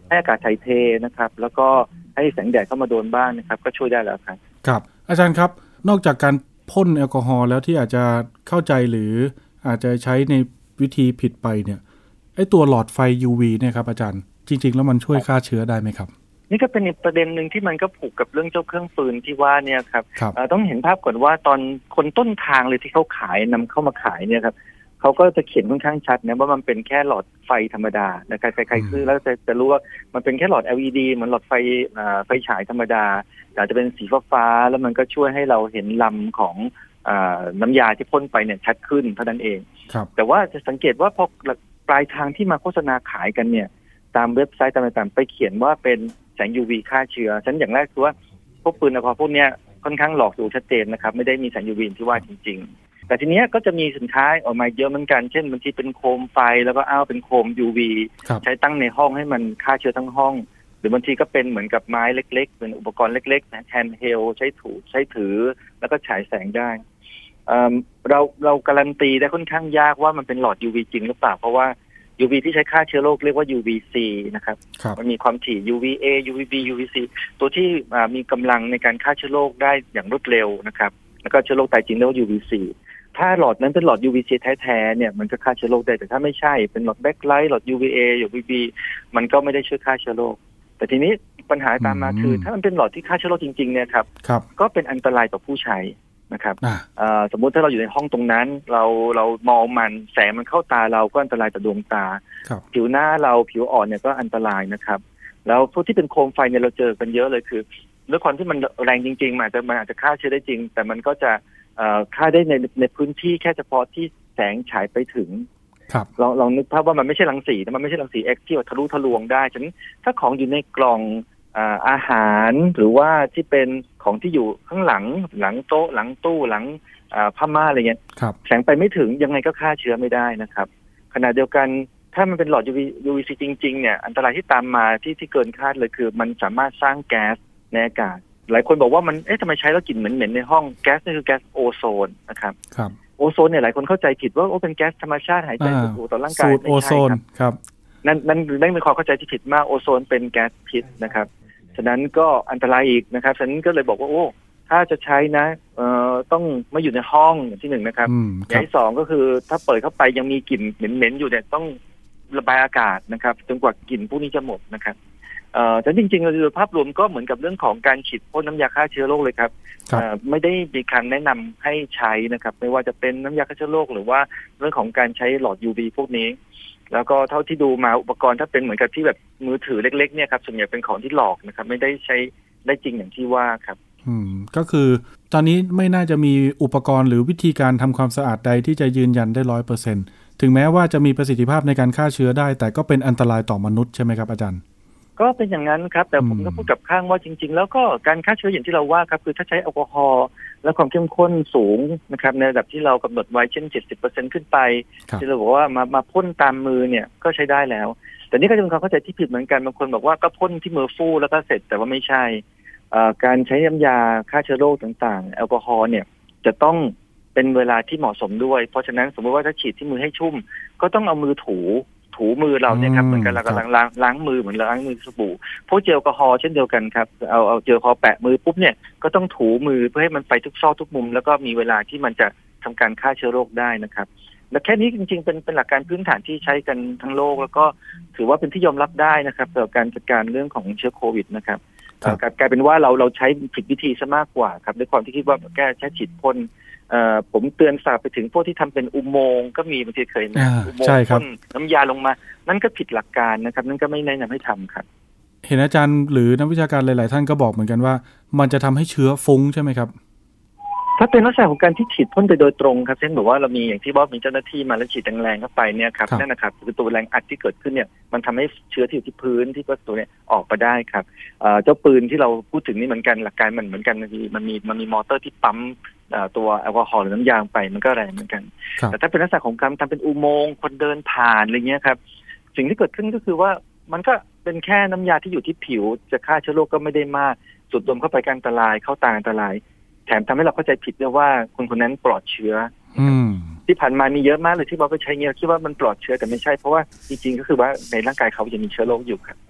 ให้อากาศถ่ายเทนะครับแล้วก็ให้แสงแดดเข้ามาโดนบ้างนะครับก็ช่วยได้แล้วครับครับอาจารย์ครับนอกจากการพ่นแอลกอฮอล์แล้วที่อาจจะเข้าใจหรืออาจจะใช้ในวิธีผิดไปเนี่ยไอ้ตัวหลอดไฟ ยู วี เนี่ยครับอาจารย์จริงๆแล้วมันช่วยฆ่าเชื้อได้ไหมครับนี่ก็เป็นอีกประเด็นหนึ่งที่มันก็ผูกกับเรื่องเจ้าเครื่องปืนที่ว่าเนี่ยครับต้องเห็นภาพก่อนว่าตอนคนต้นทางเลยที่เขาขายนำเข้ามาขายเนี่ยครับเขาก็จะเขียนค่อนข้างชัดนะว่ามันเป็นแค่หลอดไฟธรรมดานะครับใครๆซื้อแล้วจะจะรู้ว่ามันเป็นแค่หลอด แอล อี ดี เหมือนหลอดไฟไฟฉายธรรมดาอาจจะเป็นสีฟ้าๆแล้วมันก็ช่วยให้เราเห็นลำของน้ำยาที่พ่นไปเนี่ยชัดขึ้นเท่านั้นเองแต่ว่าจะสังเกตว่าพอปลายทางที่มาโฆษณาขายกันเนี่ยตามเว็บไซต์ต่างๆไปเขียนว่าเป็นแสง ยู วี ฆ่าเชื้อฉะนั้นอย่างแรกคือว่าพวกปืนแอลกอฮอล์พวกนี้ค่อนข้างหลอกดูชัดเจนนะครับไม่ได้มีแสง ยู วี ที่ว่าจริงๆแต่ทีนี้ก็จะมีสินค้าออกมาเยอะเหมือนกันเช่นบางทีเป็นโคมไฟแล้วก็อ้าวเป็นโคม ยู วี ใช้ตั้งในห้องให้มันฆ่าเชื้อทั้งห้องหรือบางทีก็เป็นเหมือนกับไม้เล็กๆเป็นอุปกรณ์เล็กๆนะแฮนด์เฮลใช้ถูใช้ถือแล้วก็ฉายแสงได้เอ่อเราเราการันตีได้ค่อนข้างยากว่ามันเป็นหลอด ยู วี จริงหรือเปล่าเพราะว่า ยู วี ที่ใช้ฆ่าเชื้อโรคเรียกว่า ยู วี ซี นะครับมันมีความถี่ ยู วี เอ ยู วี บี ยู วี ซี ตัวที่มีกำลังในการฆ่าเชื้อโรคได้อย่างรวดเร็วนะครับแล้วก็เชื้อโรคตายจริงเรียกว่า ยู วี ซี ถ้าหลอดนั้นเป็นหลอด ยู วี ซี แท้ๆเนี่ยมันก็ฆ่าเชื้อโรคได้แต่ถ้าไม่ใช่เป็นหลอดแบ็คไลท์หลอด ยู วี เอ ยู วี บี มันก็ไม่ได้ช่วยฆ่าเชื้อโรคแต่ทีนี้ปัญหาตามมาคือถ้ามันเป็นหลอดที่ฆ่าเชื้อโรคจริงๆเนี่ยครับก็เป็นอันตรายต่อผู้ใช้นะครับสมมุติถ้าเราอยู่ในห้องตรงนั้นเราเรามองมันแสงมันเข้าตาเราก็อันตรายต่อดวงตาผิวหน้าเราผิวอ่อนเนี่ยก็อันตรายนะครับแล้วพวกที่เป็นโคมไฟเนี่ยเราเจอกันเยอะเลยคือด้วยความที่มันแรงจริงๆมันอาจจะมันอาจจะฆ่าเชื้อได้จริงแต่มันก็จะฆ่าได้ในในพื้นที่แค่เฉพาะที่แสงฉายไปถึงลองลองนึกภาพว่ามันไม่ใช่รังสีนะมันไม่ใช่รังสีเอ็กซ์ที่ทะลุทะลวงได้ฉะนั้นถ้าของอยู่ในกล่องอาหารหรือว่าที่เป็นของที่อยู่ข้างหลังหลังโต๊ะหลังตู้หลังผ้าม่านอะไรเงี้ยแสงไปไม่ถึงยังไงก็ฆ่าเชื้อไม่ได้นะครับขณะเดียวกันถ้ามันเป็นหลอด ยู วี ยู วี ซี จริงๆเนี่ยอันตรายที่ตามมาที่ที่เกินคาดเลยคือมันสามารถสร้างแก๊สในอากาศหลายคนบอกว่ามันเอ๊ะทำไมใช้แล้วกลิ่นเหม็นๆในห้องแก๊สนี่คือแก๊สโอโซนนะครับโอโซนเนี่ยหลายคนเข้าใจผิดว่าโอ้เป็นแก๊สธรรมชาติหายใจสูดต่อร่างกายไม่ใช่ครับนั่นนั่นนั่นเป็นความเข้าใจที่ผิดมากโอโซนเป็นแก๊สพิษนะครับฉะนั้นก็อันตรายอีกนะครับฉะนั้นก็เลยบอกว่าโอ้ถ้าจะใช้นะเอ่อต้องไม่อยู่ในห้องอย่างที่หนึ่งนะครับอย่างที่สองก็คือถ้าเปิดเข้าไปยังมีกลิ่นเหม็นๆอยู่เนี่ยต้องระบายอากาศนะครับจนกว่ากลิ่นพวกนี้จะหมดนะครับเอ่อแต่จริงๆโดยภาพรวมก็เหมือนกับเรื่องของการฉีดพ่นน้ำยาฆ่าเชื้อโรคเลยครับไม่ได้มีการแนะนำให้ใช้นะครับไม่ว่าจะเป็นน้ำยาฆ่าเชื้อโรคหรือว่าเรื่องของการใช้หลอด ยู วี พวกนี้แล้วก็เท่าที่ดูมาอุปกรณ์ถ้าเป็นเหมือนกับที่แบบมือถือเล็กๆเนี่ยครับส่วนใหญ่เป็นของที่หลอกนะครับไม่ได้ใช้ได้จริงอย่างที่ว่าครับอืมก็คือตอนนี้ไม่น่าจะมีอุปกรณ์หรือวิธีการทำความสะอาดใดที่จะยืนยันได้ ร้อยเปอร์เซ็นต์ ถึงแม้ว่าจะมีประสิทธิภาพในการฆ่าเชื้อได้แต่ก็เป็นอันตรายต่อมนุษย์ใช่ไหมครับอาจารย์ก็เป็นอย่างนั้นครับแต่ผมก็พูดกับข้างว่าจริงๆแล้วก็การฆ่าเชื้ออย่างที่เราว่าครับคือถ้าใช้แอลกอฮอล์และความเข้มข้นสูงนะครับในระดับที่เรากำหนดไว้เช่น เจ็ดสิบเปอร์เซ็นต์ ขึ้นไปที่เราบอกว่ามามาพ่นตามมือเนี่ยก็ใช้ได้แล้วแต่นี่ก็จะเป็นความเข้าใจที่ผิดเหมือนกันบางคนบอกว่าก็พ่นที่มือฟู่แล้วก็เสร็จแต่ว่าไม่ใช่การใช้น้ำยาฆ่าเชื้อโรคต่างๆแอลกอฮอล์เนี่ยจะต้องเป็นเวลาที่เหมาะสมด้วยเพราะฉะนั้นสมมติว่าถ้าฉีดที่มือให้ชุ่มก็ต้องเอามือถูถูมือเราเนี่ยครับเหมือนกันเรากำลังล้างล้างมือเหมือนล้างมือสบู่พวกเจลแอลกอฮอล์เช่นเดียวกันครับเอาเอาเจลแอลกอฮอล์แปะมือปุ๊บเนี่ยก็ต้องถูมือเพื่อให้มันไปทุกซอกทุกมุมแล้วก็มีเวลาที่มันจะทำการฆ่าเชื้อโรคได้นะครับและแค่นี้จริงๆเป็นเป็นหลักการพื้นฐานที่ใช้กันทั้งโลกแล้วก็ถือว่าเป็นที่ยอมรับได้นะครับสำหรับการจัดการเรื่องของเชื้อโควิดนะครับกลายเป็นว่าเราเราใช้ผิดวิธีซะมากกว่าครับด้วยความที่คิดว่าแก้แค่ฉีดพ่นผมเตือนฝากไปถึงพวกที่ทำเป็นอุโมงค์ก็มีบางทีเคยนะอุโมงค์พ่นน้ำยาลงมานั่นก็ผิดหลักการนะครับนั่นก็ไม่แนะนำให้ทำครับเห็นอาจารย์หรือนักวิชาการหลายๆท่านก็บอกเหมือนกันว่ามันจะทำให้เชื้อฟุ้งใช่ไหมครับถ้าเป็นลักษณะของการที่ฉีดพ่นไปโดยตรงครับเช่นบอกว่าเรามีอย่างที่บอกมีเจ้าหน้าที่มาแล้วฉีดแรงๆเข้าไปเนี่ยครับนั่นนะครับคือตัวแรงอัดที่เกิดขึ้นเนี่ยมันทำให้เชื้อที่อยู่ที่พื้นที่วัสดุเนี่ยออกมาได้ครับเจ้าปืนที่เราพูดถึงนี่เหมือนกันหลักการมันเหมือนกันมันมีมันมีมันมีมอเตอร์ที่ปั๊มตัวแอลกอฮอล์หรือน้ำยางไปมันก็แรงเหมือนกันแต่ถ้าเป็นลักษณะของการทำเป็นอุโมงค์คนเดินผ่านอะไรเงี้ยครับสิ่งที่เกิดขึ้นก็คือว่ามันก็เป็นแค่น้ำยาที่อยู่ที่ผิวจะฆ่าเชื้อโรคก็ไม่ได้มากสูดดมเข้าไปก็อันตรายเข้าตาอันตรายแถมทำให้เราเข้าใจผิดด้วยว่าคนคนนั้นปลอดเชื้อที่ผ่านมามีเยอะมากเลยที่บอกว่าใช้เงี้ยคิดว่ามันปลอดเชื้อแต่ไม่ใช่เพราะว่าจริงๆก็คือว่าในร่างกายเขาจะมีเชื้อโรคอยู่ครับ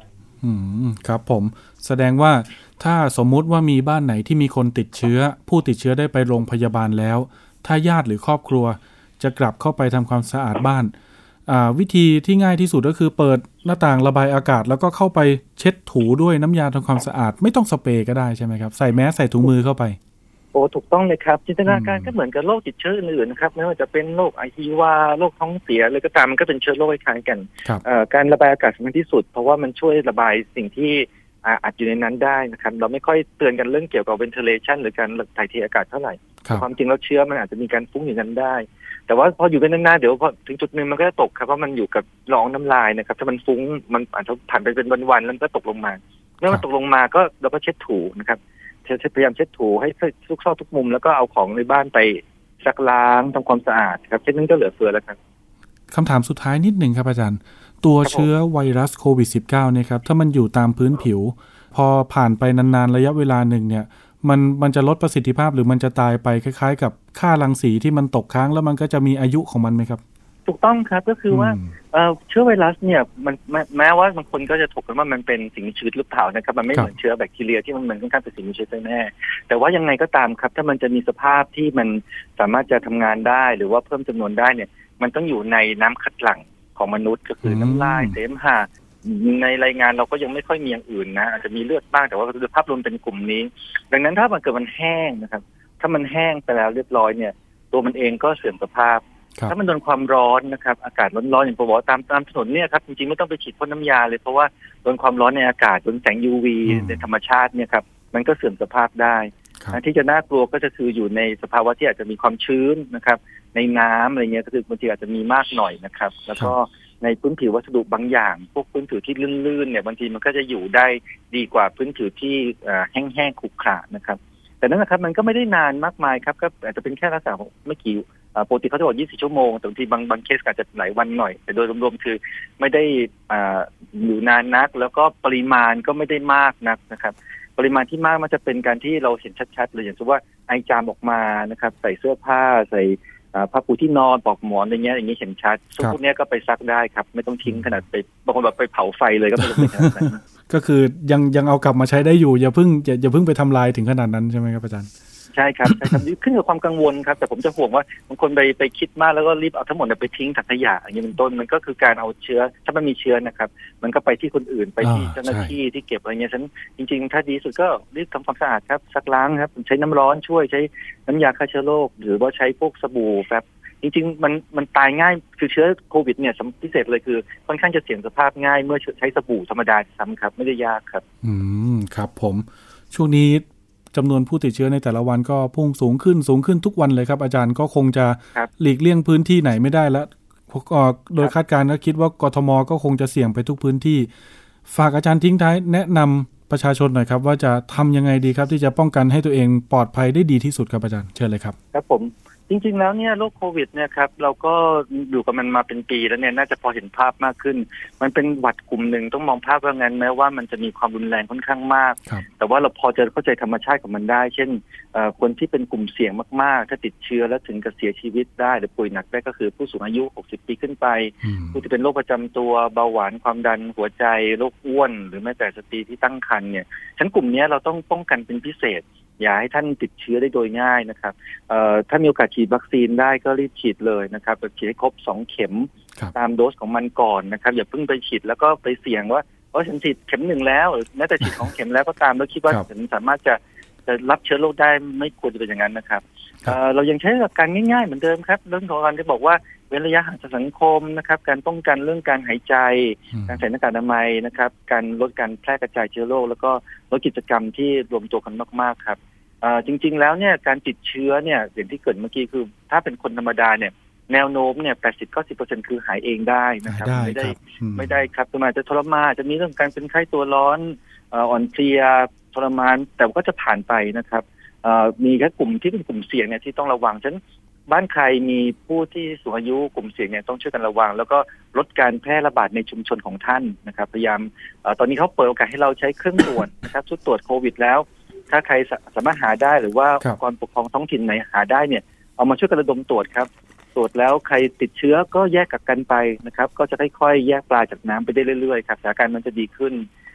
อืมครับผมแสดงว่าถ้าสมมุติว่ามีบ้านไหนที่มีคนติดเชื้อผู้ติดเชื้อได้ไปโรงพยาบาลแล้วถ้าญาติหรือครอบครัวจะกลับเข้าไปทำความสะอาดบ้านอ่าวิธีที่ง่ายที่สุดก็คือเปิดหน้าต่างระบายอากาศแล้วก็เข้าไปเช็ดถูด้วยน้ำยาทำความสะอาดไม่ต้องสเปรย์ก็ได้ใช่ไหมครับใส่แมสใส่ถุงมือเข้าไปโอ้ถูกต้องเลยครับจินตนาการก็เหมือนกับโรคติดเชื้ออื่นๆนะครับไม่ว่าจะเป็นโรคไอฮีวาโรคท้องเสียอะไรก็ตามมันก็เป็นเชื้อโรคคล้ายกันการระบายอากาศสำคัญที่สุดเพราะว่ามันช่วยระบายสิ่งที่อัดอยู่ในนั้นได้นะครับเราไม่ค่อยเตือนกันเรื่องเกี่ยวกับ ventilation หรือการถ่ายเทอากาศเท่าไหร่ความจริงแล้วเชื้อมันอาจจะมีการฟุ้งอยู่นั้นได้แต่ว่าพออยู่ไปนานๆเดี๋ยวพอถึงจุดนึงมันก็จะตกครับเพราะมันอยู่กับหนองน้ำลายนะครับถ้ามันฟุ้งมันอาจจะผ่านไปเป็นวันๆแล้วก็ตกลงมาเมื่อมันตกลงมาก็เราก็เช็ดถูนะครับพยายามเช็ดถูให้ทุกซอกทุกมุมแล้วก็เอาของในบ้านไปซักล้างทำความสะอาดครับเช่นนั้นก็เหลือเฟือแล้วครับคำถามสุดท้ายนิดหนึ่งครับอาจารย์ตัวเชื้อไวรัสโควิด สิบเก้า เนี่ยครับถ้ามันอยู่ตามพื้นผิวพอผ่านไปนานๆระยะเวลาหนึ่งเนี่ยมันมันจะลดประสิทธิภาพหรือมันจะตายไปคล้ายๆกับค่ารังสีที่มันตกค้างแล้วมันก็จะมีอายุของมันไหมครับถูกต้องครับก็คือว่าเชื้อไวรัสเนี่ยมันแม้ว่าบางคนก็จะถกกันว่ามันเป็นสิ่งมีชีวิตหรือเปล่านะครับมันไม่เหมือนเชื้อแบคทีเรียที่มันเหมือนค่อนข้างเป็นสิ่งมีชีวิตแน่แต่ว่ายังไงก็ตามครับถ้ามันจะมีสภาพที่มันสามารถจะทำงานได้หรือว่าเพิ่มจำนวนได้เนี่ยมันต้องอยู่ในน้ำคัดหลั่งของมนุษย์ก็คือน้ำลายเสมหะในรายงานเราก็ยังไม่ค่อยมีอย่างอื่นนะอาจจะมีเลือดบ้างแต่ว่าโดยภาพรวมเป็นกลุ่มนี้ดังนั้นถ้ามันเกิดมันแห้งนะครับถ้ามันแห้งไปแล้วเรียบร้อยเนี่ยตัวมันเองก็เสื่อมสภาพถ้ามันโดนความร้อนนะครับอากาศร้อนๆอย่างผมบอกตามตามถนนเนี่ยครับจริงๆไม่ต้องไปฉีดพ่นน้ำยาเลยเพราะว่าโดนความร้อนในอากาศโดนแสง ยู วี ในธรรมชาติเนี่ยครับมันก็เสื่อมสภาพได้ที่จะน่ากลัวก็จะคืออยู่ในสภาวะที่อาจจะมีความชื้นนะครับในน้ำอะไรเงี้ยก็คือบางทีอาจจะมีมากหน่อยนะครับแล้วก็ในพื้นผิววัสดุบางอย่างพวกพื้นผิวที่ลื่นๆเนี่ยบางทีมันก็จะอยู่ได้ดีกว่าพื้นผิวที่แห้งๆขรุขระนะครับแต่นั่นแหละครับมันก็ไม่ได้นานมากมายครับก็อาจจะเป็นแค่ลักษณะของไม่กี่ปกติเขาจะบอกยี่สิบสี่ชั่วโมงแต่บางทีบางบางเคสอาจจะหลายวันหน่อยแต่โดยรวมๆคือไม่ได้อยู่นานนักแล้วก็ปริมาณก็ไม่ได้มากนักนะครับปริมาณที่มากมันจะเป็นการที่เราเห็นชัดๆเลยอย่างเช่นว่าไอจามออกมานะครับใส่เสื้อผ้าใส่ผ้าปูที่นอนปลอกหมอนอะไรเงี้ยอย่างนี้เห็นชัดพวกนี้ก็ไปซักได้ครับไม่ต้องทิ้งขนาดไปบางคนแบบไปเผาไฟเลยก็ไม่ต้องไปขนาดนั้นก็คือยังยังเอากลับมาใช้ได้อยู่อย่าเพิ่งอย่าอย่าเพิ่งไปทำลายถึงขนาดนั้นใช่ไหมครับอาจารย์ใช่ครับใช่ครับขึ้นกับความกังวลครับแต่ผมจะห่วงว่าบางคนไปไปคิดมากแล้วก็รีบเอาทั้งหมดไปทิ้งถังขยะอย่างนี้เป็นต้นมันก็คือการเอาเชื้อถ้ามันมีเชื้อนะครับมันก็ไปที่คนอื่นไปที่เจ้าหน้าที่ที่เก็บอะไรเงี้ยฉันจริงๆถ้าดีสุดก็รีบทำความสะอาดครับซักล้างครับใช้น้ำร้อนช่วยใช้น้ำยาฆ่าเชื้อโรคหรือว่าใช้พวกสบู่แบบจริงๆมันมันตายง่ายคือเชื้อโควิดเนี่ยพิเศษเลยคือค่อนข้างจะเสี่ยงสภาพง่ายเมื่อใช้สบู่ธรรมดาซ้ำครับไม่ได้ยากครับอืมครับผมช่วงนี้จำนวนผู้ติดเชื้อในแต่ละวันก็พุ่งสูงขึ้นสูงขึ้นทุกวันเลยครับอาจารย์ก็คงจะหลีกเลี่ยงพื้นที่ไหนไม่ได้แล้วโดยคาดการณ์ก็คิดว่ากทมก็คงจะเสี่ยงไปทุกพื้นที่ฝากอาจารย์ทิ้งท้ายแนะนำประชาชนหน่อยครับว่าจะทำยังไงดีครับที่จะป้องกันให้ตัวเองปลอดภัยได้ดีที่สุดครับอาจารย์เชิญเลยครับครับผมจริงๆแล้วเนี่ยโรคโควิดเนี่ยครับเราก็อยู่กับมันมาเป็นปีแล้วเนี่ยน่าจะพอเห็นภาพมากขึ้นมันเป็นหวัดกลุ่มหนึ่งต้องมองภาพว่างั้นแม้ว่ามันจะมีความรุนแรงค่อนข้างมากแต่ว่าเราพอจะเข้าใจธรรมชาติของมันได้เช่นคนที่เป็นกลุ่มเสี่ยงมากๆถ้าติดเชื้อแล้วถึงกับเสียชีวิตได้หรือป่วยหนักได้ก็คือผู้สูงอายุหกสิบปีขึ้นไปผู้ที่เป็นโรคประจำตัวเบาหวานความดันหัวใจโรคอ้วนหรือแม้แต่สตรีที่ตั้งครรภ์เนี่ยชั้นกลุ่มนี้เราต้องป้องกันเป็นพิเศษอย่าให้ท่านติดเชื้อได้โดยง่ายนะครับถ้ามีโอกาสฉีดวัคซีนได้ก็รีบฉีดเลยนะครับฉีดให้ครบสองเข็มตามโดสของมันก่อนนะครับอย่าเพิ่งไปฉีดแล้วก็ไปเสี่ยงว่าเพราะฉันฉีดเข็มหนึ่งแล้วแม้แต่ฉีดของเข็มแล้วก็ตามแล้วคิดว่าฉันสามารถจะจะรับเชื้อโรคได้ไม่ควรจะเป็นอย่างนั้นนะครับเรายังใช้หลักการง่ายๆเหมือนเดิมครับเรื่องของการที่บอกว่าเว้นระยะห่างจากสังคมนะครับการป้องกันเรื่องการหายใจการใส่หน้ากากอนามัยนะครับการลดการแพร่กระจายเชื้อโรคแล้วก็ลดกิจกรรมที่รวมตัวกันมากๆครับจริงๆแล้วเนี่ยการติดเชื้อเนี่ยอย่างที่เกิดเมื่อกี้คือถ้าเป็นคนธรรมดาเนี่ยแนวโน้มเนี่ย แปดสิบถึงเก้าสิบเปอร์เซ็นต์ คือหายเองได้นะครับไม่ได้ไม่ได้ครับตัวมันจะทรมานจะมีเรื่องการเป็นไข้ตัวร้อนอ่อนเพลียทรมานแต่ก็จะผ่านไปนะครับมีแค่กลุ่มที่เป็นกลุ่มเสี่ยงเนี่ยที่ต้องระวังฉะนั้นบ้านใครมีผู้ที่สูงอายุกลุ่มเสี่ยงเนี่ยต้องช่วยกันระวังแล้วก็ลดการแพร่ระบาดในชุมชนของท่านนะครับพยายามตอนนี้เขาเปิดโอกาสให้เราใช้เครื่องตรวจนะครับชุดตรวจโควิดแล้วถ้าใครสามารถหาได้หรือว่าองค์กรปกครองท้องถิ่นไหนหาได้เนี่ยเอามาช่วยกันระดมตรวจครับตรวจแล้วใครติดเชื้อก็แยกกักกันไปนะครับก็จะค่อยๆแยกปลาจากน้ำไปได้เรื่อยๆครับสถานการณ์มันจะดีขึ้น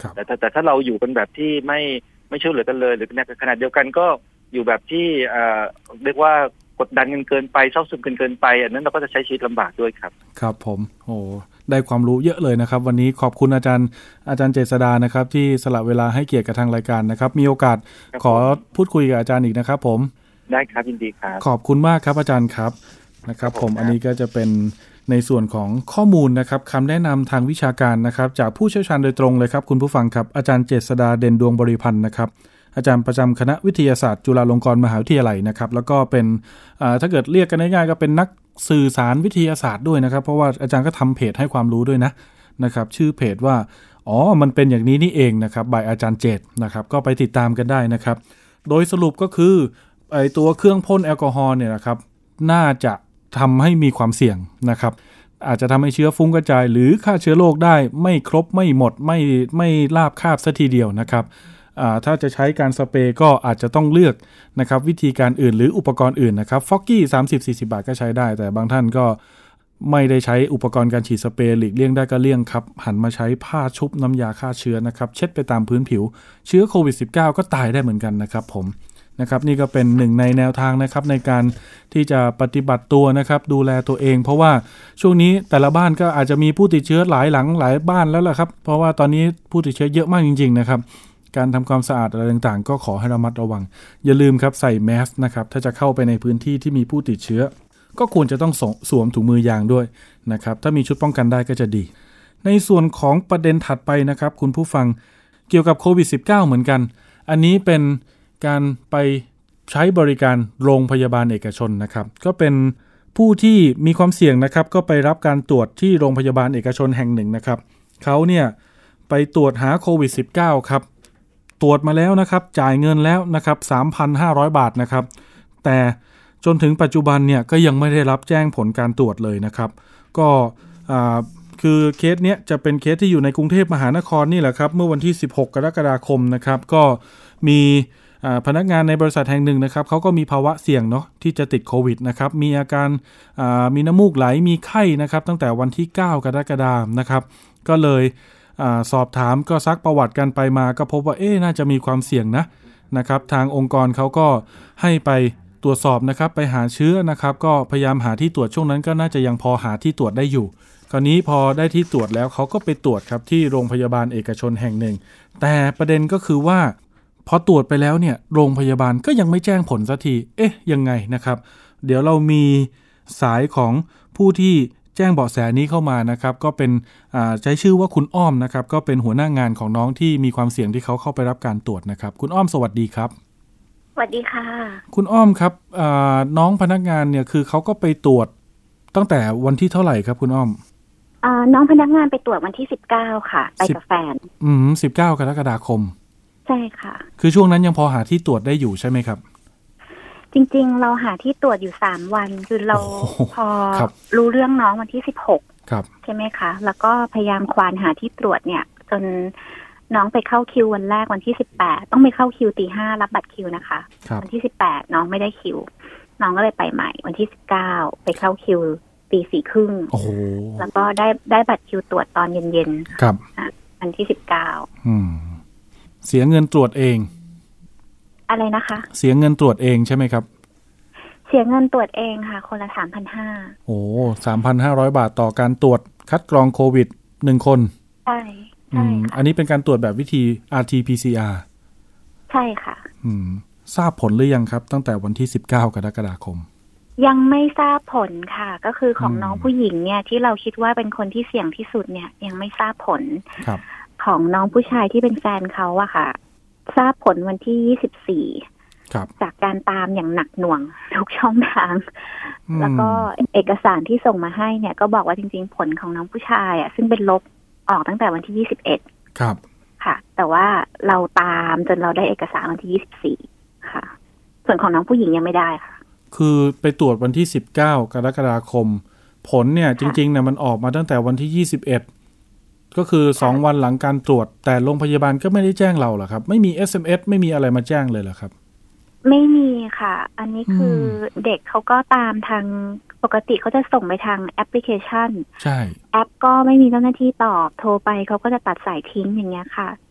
แต่แต่ถ้าเราอยู่กันแบบที่ไม่ไม่ช่วยเหลือกันเลยหรือในขณะเดียวกันก็อยู่แบบที่เอ่อเรียกว่ากดดันกันเกินไปเศร้าซึมกันเกินไปอันนั้นเราก็จะใช้ชีวิตลำบากด้วยครับครับผมโอ้ได้ความรู้เยอะเลยนะครับวันนี้ขอบคุณอาจารย์อาจารย์เจษฎานะครับที่สละเวลาให้เกียรติกับทางรายการนะครับมีโอกาสขอพูดคุยกับอาจารย์อีกนะครับผมได้ครับยินดีครับขอบคุณมากครับอาจารย์ครับนะครับผมอันนี้ก็จะเป็นในส่วนของข้อมูลนะครับคำแนะนำทางวิชาการนะครับจากผู้เชี่ยวชาญโดยตรงเลยครับคุณผู้ฟังครับอาจารย์เจษฎาเด่นดวงบริพันธ์นะครับอาจารย์ประจำคณะวิทยาศาสตร์จุฬาลงกรณ์มหาวิทยาลัยนะครับแล้วก็เป็นถ้าเกิดเรียกกันง่ายๆก็เป็นนักสื่อสารวิทยาศาสตร์ด้วยนะครับเพราะว่าอาจารย์ก็ทำเพจให้ความรู้ด้วยนะนะครับชื่อเพจว่าอ๋อมันเป็นอย่างนี้นี่เองนะครับบายอาจารย์เจษนะครับก็ไปติดตามกันได้นะครับโดยสรุปก็คือไอตัวเครื่องพ่นแอลกอฮอล์เนี่ยนะครับน่าจะทำให้มีความเสี่ยงนะครับอาจจะทำให้เชื้อฟุ้งกระจายหรือฆ่าเชื้อโรคได้ไม่ครบไม่หมดไม่ไม่ราบคาบซะทีเดียวนะครับถ้าจะใช้การสเปรย์ก็อาจจะต้องเลือกนะครับวิธีการอื่นหรืออุปกรณ์อื่นนะครับฟอกกี้ สามสิบถึงสี่สิบ บาทก็ใช้ได้แต่บางท่านก็ไม่ได้ใช้อุปกรณ์การฉีดสเปรย์หลีกเลี่ยงได้ก็เลี่ยงครับหันมาใช้ผ้าชุบน้ำยาฆ่าเชื้อนะครับเช็ดไปตามพื้นผิวเชื้อโควิด สิบเก้า ก็ตายได้เหมือนกันนะครับผมนะครับนี่ก็เป็นหนึ่งในแนวทางนะครับในการที่จะปฏิบัติตัวนะครับดูแลตัวเองเพราะว่าช่วงนี้แต่ละบ้านก็อาจจะมีผู้ติดเชื้อหลายหลังหลายบ้านแล้วล่ะครับเพราะว่าตอนนี้ผู้ติดเชื้อเยอะมากจริงๆนะครับการทำความสะอาดอะไรต่างๆก็ขอให้ระมัดระวังอย่าลืมครับใส่แมสนะครับถ้าจะเข้าไปในพื้นที่ที่มีผู้ติดเชื้อก็ควรจะต้องสวมถุงมือยางด้วยนะครับถ้ามีชุดป้องกันได้ก็จะดีในส่วนของประเด็นถัดไปนะครับคุณผู้ฟังเกี่ยวกับโควิด สิบเก้า เหมือนกันอันนี้เป็นการไปใช้บริการโรงพยาบาลเอกชนนะครับก็เป็นผู้ที่มีความเสี่ยงนะครับก็ไปรับการตรวจที่โรงพยาบาลเอกชนแห่งหนึ่งนะครับเขาเนี่ยไปตรวจหาโควิด สิบเก้า ครับตรวจมาแล้วนะครับจ่ายเงินแล้วนะครับ สามพันห้าร้อย บาทนะครับแต่จนถึงปัจจุบันเนี่ยก็ยังไม่ได้รับแจ้งผลการตรวจเลยนะครับก็คือเคสเนี้ยจะเป็นเคสที่อยู่ในกรุงเทพมหานครนี่แหละครับเมื่อวันที่สิบหกกรกฎาคมนะครับก็มีพนักงานในบริษัทแห่งหนึ่งนะครับเขาก็มีภาวะเสี่ยงเนาะที่จะติดโควิดนะครับมีอาการมีน้ำมูกไหลมีไข้นะครับตั้งแต่วันที่เก้ากรกฎาคมนะครับก็เลยสอบถามก็ซักประวัติกันไปมาก็พบว่าเอ๊ะน่าจะมีความเสี่ยงนะนะครับทางองค์กรเขาก็ให้ไปตรวจสอบนะครับไปหาเชื้อนะครับก็พยายามหาที่ตรวจช่วงนั้นก็น่าจะยังพอหาที่ตรวจได้อยู่คราวนี้พอได้ที่ตรวจแล้วเขาก็ไปตรวจครับที่โรงพยาบาลเอกชนแห่งหนึ่งแต่ประเด็นก็คือว่าพอตรวจไปแล้วเนี่ยโรงพยาบาลก็ยังไม่แจ้งผลสักทีเอ๊ะยังไงนะครับเดี๋ยวเรามีสายของผู้ที่แจ้งเบาะแสนี้เข้ามานะครับก็เป็นใช้ชื่อว่าคุณอ้อมนะครับก็เป็นหัวหน้างานของน้องที่มีความเสี่ยงที่เขาเข้าไปรับการตรวจนะครับคุณอ้อมสวัสดีครับสวัสดีค่ะคุณอ้อมครับน้องพนักงานเนี่ยคือเขาก็ไปตรวจตั้งแต่วันที่เท่าไหร่ครับคุณอ้อมน้องพนักงานไปตรวจวันที่สิบเก้าค่ะไปกับแฟนอืมสิบเก้ากรกฎาคมใช่ค่ะคือช่วงนั้นยังพอหาที่ตรวจได้อยู่ใช่ไหมครับจริงๆเราหาที่ตรวจอยู่สามวันคือเราพอรู้เรื่องน้องวันที่สิบหกใช่ไหมคะแล้วก็พยายามควานหาที่ตรวจเนี่ยจนน้องไปเข้าคิววันแรกวันที่สิบแปดต้องไปเข้าคิวตีห้ารับบัตรคิวนะคะวันที่สิบแปดน้องไม่ได้คิวน้องก็เลยไปใหม่วันที่สิบเก้าไปเข้าคิวตีสี่ครึ่งแล้วก็ได้ได้บัตรคิวตรวจตอนเย็นๆครับวันที่สิบเก้าเสียเงินตรวจเองอะไรนะคะเสียเงินตรวจเองใช่ไหมครับเสียเงินตรวจเองค่ะคนละ สามพันห้าร้อยโอ้ สามพันห้าร้อย บาทต่อการตรวจคัดกรองโควิดหนึ่งคนใช่ใช่ค่ะอันนี้เป็นการตรวจแบบวิธี อาร์ ที พี ซี อาร์ใช่ค่ะอืมทราบผลหรือยังครับตั้งแต่วันที่สิบเก้ากรกฎาคมยังไม่ทราบผลค่ะก็คือของน้องผู้หญิงเนี่ยที่เราคิดว่าเป็นคนที่เสี่ยงที่สุดเนี่ยยังไม่ทราบผลครับของน้องผู้ชายที่เป็นแฟนเขาอะค่ะทราบผลวันที่ยี่สิบสี่จากการตามอย่างหนักหน่วงทุกช่องทางแล้วก็เอกสารที่ส่งมาให้เนี่ยก็บอกว่าจริงๆผลของน้องผู้ชายอะซึ่งเป็นลบออกตั้งแต่วันที่ยี่สิบเอ็ดครับค่ะแต่ว่าเราตามจนเราได้เอกสารวันที่ยี่สิบสี่ค่ะส่วนของน้องผู้หญิงยังไม่ได้ค่ะคือไปตรวจวันที่สิบเก้ากรกฎาคมผลเนี่ยจริงๆเนี่ยมันออกมาตั้งแต่วันที่ยี่สิบเอ็ดก็คือสองวันหลังการตรวจแต่โรงพยาบาลก็ไม่ได้แจ้งเราเหรอครับไม่มี เอส เอ็ม เอส ไม่มีอะไรมาแจ้งเลยเหรอครับไม่มีค่ะอันนี้คือเด็กเขาก็ตามทางปกติเขาจะส่งไปทางแอปพลิเคชันใช่แอปก็ไม่มีเจ้าหน้าที่ตอบโทรไปเขาก็จะตัดสายทิ้งอย่างเงี้ยค่ะที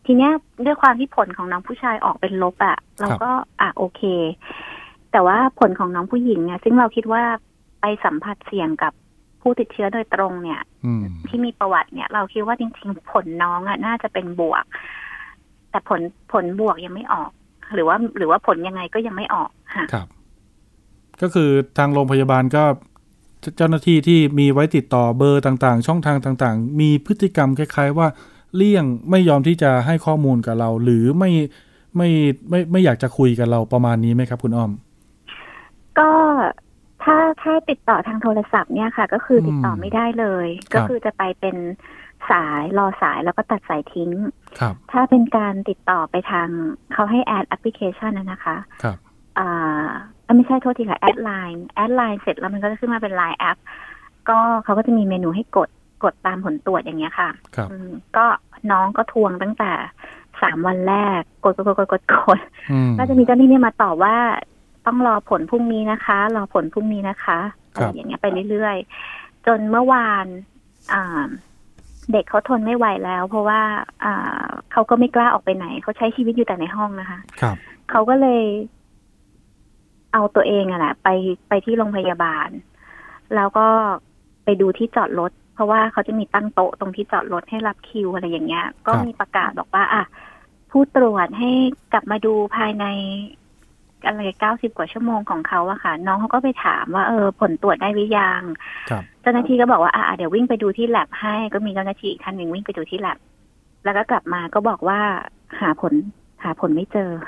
ทีเนี้ยด้วยความที่ผลของน้องผู้ชายออกเป็นลบอะเราก็อ่ะโอเคแต่ว่าผลของน้องผู้หญิงเนี่ยซึ่งเราคิดว่าไปสัมผัสเสี่ยงกับผู้ติดเชื้อโดยตรงเนี่ยที่มีประวัติเนี่ยเราคิดว่าจริงๆผลน้องอะน่าจะเป็นบวกแต่ผลผลบวกยังไม่ออกหรือว่าหรือว่าผลยังไงก็ยังไม่ออกค่ะครับก็คือทางโรงพยาบาลก็เจ้าหน้าที่ที่มีไว้ติดต่อเบอร์ต่างๆช่องทางต่างๆมีพฤติกรรมคล้ายๆว่าเลี่ยงไม่ยอมที่จะให้ข้อมูลกับเราหรือไม่ไม่ไม่ไม่อยากจะคุยกับเราประมาณนี้ไหมครับคุณอ้อมก็ถ้าถ้าติดต่อทางโทรศัพท์เนี่ยค่ะก็คือติดต่อไม่ได้เลยก็คือจะไปเป็นสายรอสายแล้วก็ตัดสายทิ้งถ้าเป็นการติดต่อไปทางเขาให้แอดแอปพลิเคชันนะคะครับอ่าไม่ใช่โทษทีค่ะแอดไลน์แอดไลน์เสร็จแล้วมันก็จะขึ้นมาเป็นไลน์แอปก็เขาก็จะมีเมนูให้กดกดตามผลตรวจอย่างเงี้ยค่ะก็น้องก็ทวงตั้งแต่สามวันแรกกดกดกดกดกดก็จะมีเจ้าหน้าที่มาตอบว่าต้องรอผลพรุ่งนี้นะคะรอผลพรุ่งนี้นะคะอะไรอย่างเงี้ยไปเรื่อยๆจนเมื่อวานเด็กเขาทนไม่ไหวแล้วเพราะว่าเขาก็ไม่กล้าออกไปไหนเขาใช้ชีวิตอยู่แต่ในห้องนะคะเขาก็เลยเอาตัวเองอะแหละไปไปที่โรงพยาบาลแล้วก็ไปดูที่จอดรถเพราะว่าเขาจะมีตั้งโต๊ะตรงที่จอดรถให้รับคิวอะไรอย่างเงี้ยก็มีประกาศบอกว่าอ่ะผู้ตรวจให้กลับมาดูภายในอะไรเก้าสิบกว่าชั่วโมงของเขาอะค่ะน้องเขาก็ไปถามว่าเออผลตรวจได้หรือยังเจ้าหน้าที่ก็บอกว่าอ่ะเดี๋ยววิ่งไปดูที่แลบให้ก็มีเจ้าหน้าที่อีกท่านหนึ่งวิ่งไปดูที่แลบแล้วก็กลับมาก็บอกว่าหาผลหาผลไม่เจอ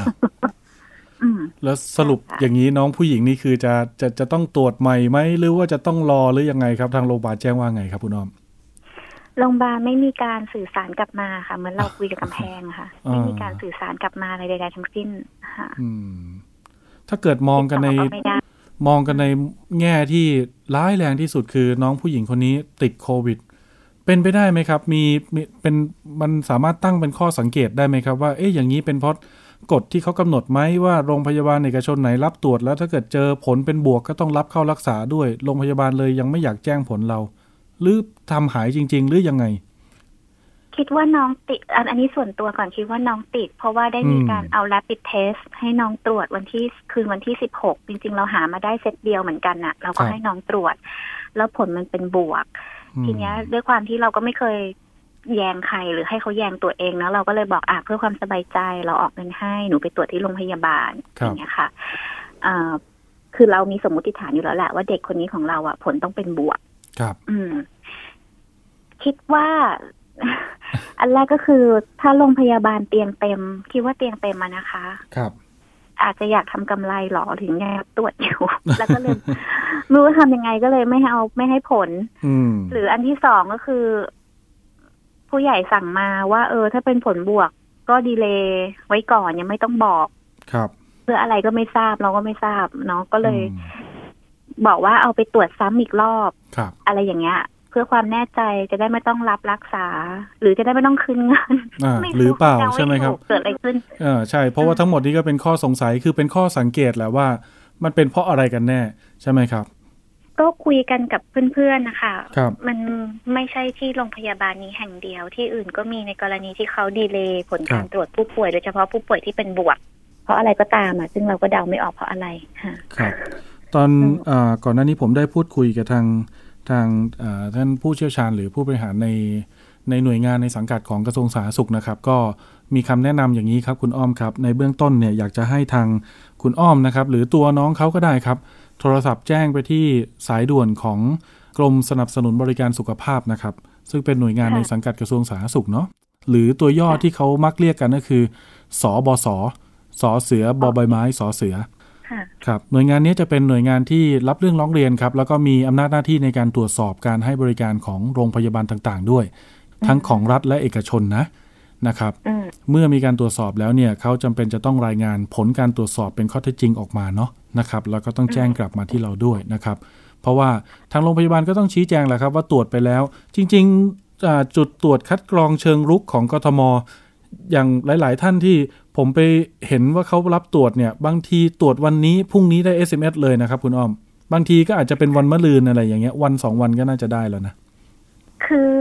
แล้วสรุปอย่างนี้น้องผู้หญิงนี่คือจะจะจะต้องตรวจใหม่ไหมหรือว่าจะต้องรอหรือยังไงครับทางโรงพยาบาลแจ้งว่าไงครับคุณอ้อมโรงพยาบาลไม่มีการสื่อสารกลับมาค่ะเหมือนเราคุยกับกำแพงค่ะไม่มีการสื่อสารกลับมาอะไรใดๆทั้งสิ้นค่ะถ้าเกิดมองกันในมองกันในแง่ที่ร้ายแรงที่สุดคือน้องผู้หญิงคนนี้ติดโควิดเป็นไปได้ไหมครับมีเป็นมันสามารถตั้งเป็นข้อสังเกตได้ไหมครับว่าเอ๊ะอย่างนี้เป็นเพราะกฎที่เขากำหนดไหมว่าโรงพยาบาลเอกชนไหนรับตรวจแล้วถ้าเกิดเจอผลเป็นบวกก็ต้องรับเข้ารักษาด้วยโรงพยาบาลเลยยังไม่อยากแจ้งผลเราหรือทำหายจริงๆหรือยังไงคิดว่าน้องติดอันนี้ส่วนตัวก่อนคิดว่าน้องติดเพราะว่าได้มีการเอา rapid test ให้น้องตรวจวันที่คืนวันที่สิบหกจริงๆเราหามาได้เซตเดียวเหมือนกันน่ะเราก็ให้น้องตรวจแล้วผลมันเป็นบวกทีเนี้ยด้วยความที่เราก็ไม่เคยแยงใครหรือให้เขาแยงตัวเองนะเราก็เลยบอกอ่ะเพื่อความสบายใจเราออกเงินให้หนูไปตรวจที่โรงพยาบาลอย่างเงี้ยค่ะอ่าคือเรามีสมมติฐานอยู่แล้วแหละว่าเด็กคนนี้ของเราอ่ะผลต้องเป็นบวกครับอืมคิดว่าอันแรกก็คือถ้าโรงพยาบาลเตียงเต็มคิดว่าเตียงเต็มมานะคะครับอาจจะอยากทำกำไรหรอถึงไงตรวจอยู่ แล้วก็เลยไม่รู้ทำยังไงก็เลยไม่ให้เอาไม่ให้ผลหรืออันที่สองก็คือผู้ใหญ่สั่งมาว่าเออถ้าเป็นผลบวกก็ดีเลย์ไว้ก่อนยังไม่ต้องบอกครับเพื่ออะไรก็ไม่ทราบเราก็ไม่ทราบเนาะก็เลยบอกว่าเอาไปตรวจซ้ำอีกรอบอะไรอย่างเงี้ยเพื่อความแน่ใจจะได้ไม่ต้องรับรักษาหรือจะได้ไม่ต้องคืนเงินหรือเปล่าใช่ไหมครับเกิดอะไรขึ้นเออใช่เพราะว่าทั้งหมดนี้ก็เป็นข้อสงสัยคือเป็นข้อสังเกตแหละว่ามันเป็นเพราะอะไรกันแน่ใช่ไหมครับก็คุยกันกับเพื่อนๆนะคะมันไม่ใช่ที่โรงพยาบาลนี้แห่งเดียวที่อื่นก็มีในกรณีที่เขาดีเลย์ผลการตรวจผู้ป่วยโดยเฉพาะผู้ป่วยที่เป็นบวกเพราะอะไรก็ตามอ่ะซึ่งเราก็เดาไม่ออกเพราะอะไรค่ะครับตอนอ่าก่อนหน้านี้ผมได้พูดคุยกับทางทางท่านผู้เชี่ยวชาญหรือผู้บริหารในในหน่วยงานในสังกัดของกระทรวงสาธารณสุขนะครับก็มีคำแนะนำอย่างนี้ครับคุณอ้อมครับในเบื้องต้นเนี่ยอยากจะให้ทางคุณอ้อมนะครับหรือตัวน้องเขาก็ได้ครับโทรศัพท์แจ้งไปที่สายด่วนของกรมสนับสนุนบริการสุขภาพนะครับซึ่งเป็นหน่วยงานในสังกัดกระทรวงสาธารณสุขเนาะหรือตัวย่อที่เขามักเรียกกันก็คือสบสสเสือบใบไม้สเสือครับหน่วยงานนี้จะเป็นหน่วยงานที่รับเรื่องร้องเรียนครับแล้วก็มีอำนาจหน้าที่ในการตรวจสอบการให้บริการของโรงพยาบาลต่างๆด้วยทั้งของรัฐและเอกชนนะนะครับเมื่อมีการตรวจสอบแล้วเนี่ยเขาจำเป็นจะต้องรายงานผลการตรวจสอบเป็นข้อเท็จจริงออกมาเนาะนะครับแล้วก็ต้องแจ้งกลับมาที่เราด้วยนะครับเพราะว่าทางโรงพยาบาลก็ต้องชี้แจงแหละครับว่าตรวจไปแล้วจริงๆจุดตรวจคัดกรองเชิงรุกของกทม.อย่างหลายๆท่านที่ผมไปเห็นว่าเขารับตรวจเนี่ยบางทีตรวจวันนี้พรุ่งนี้ได้ เอส เอ็ม เอส เลยนะครับคุณอ้อมบางทีก็อาจจะเป็นวันมะรืนอะไรอย่างเงี้ยวันสองวันก็น่าจะได้แล้วนะคือ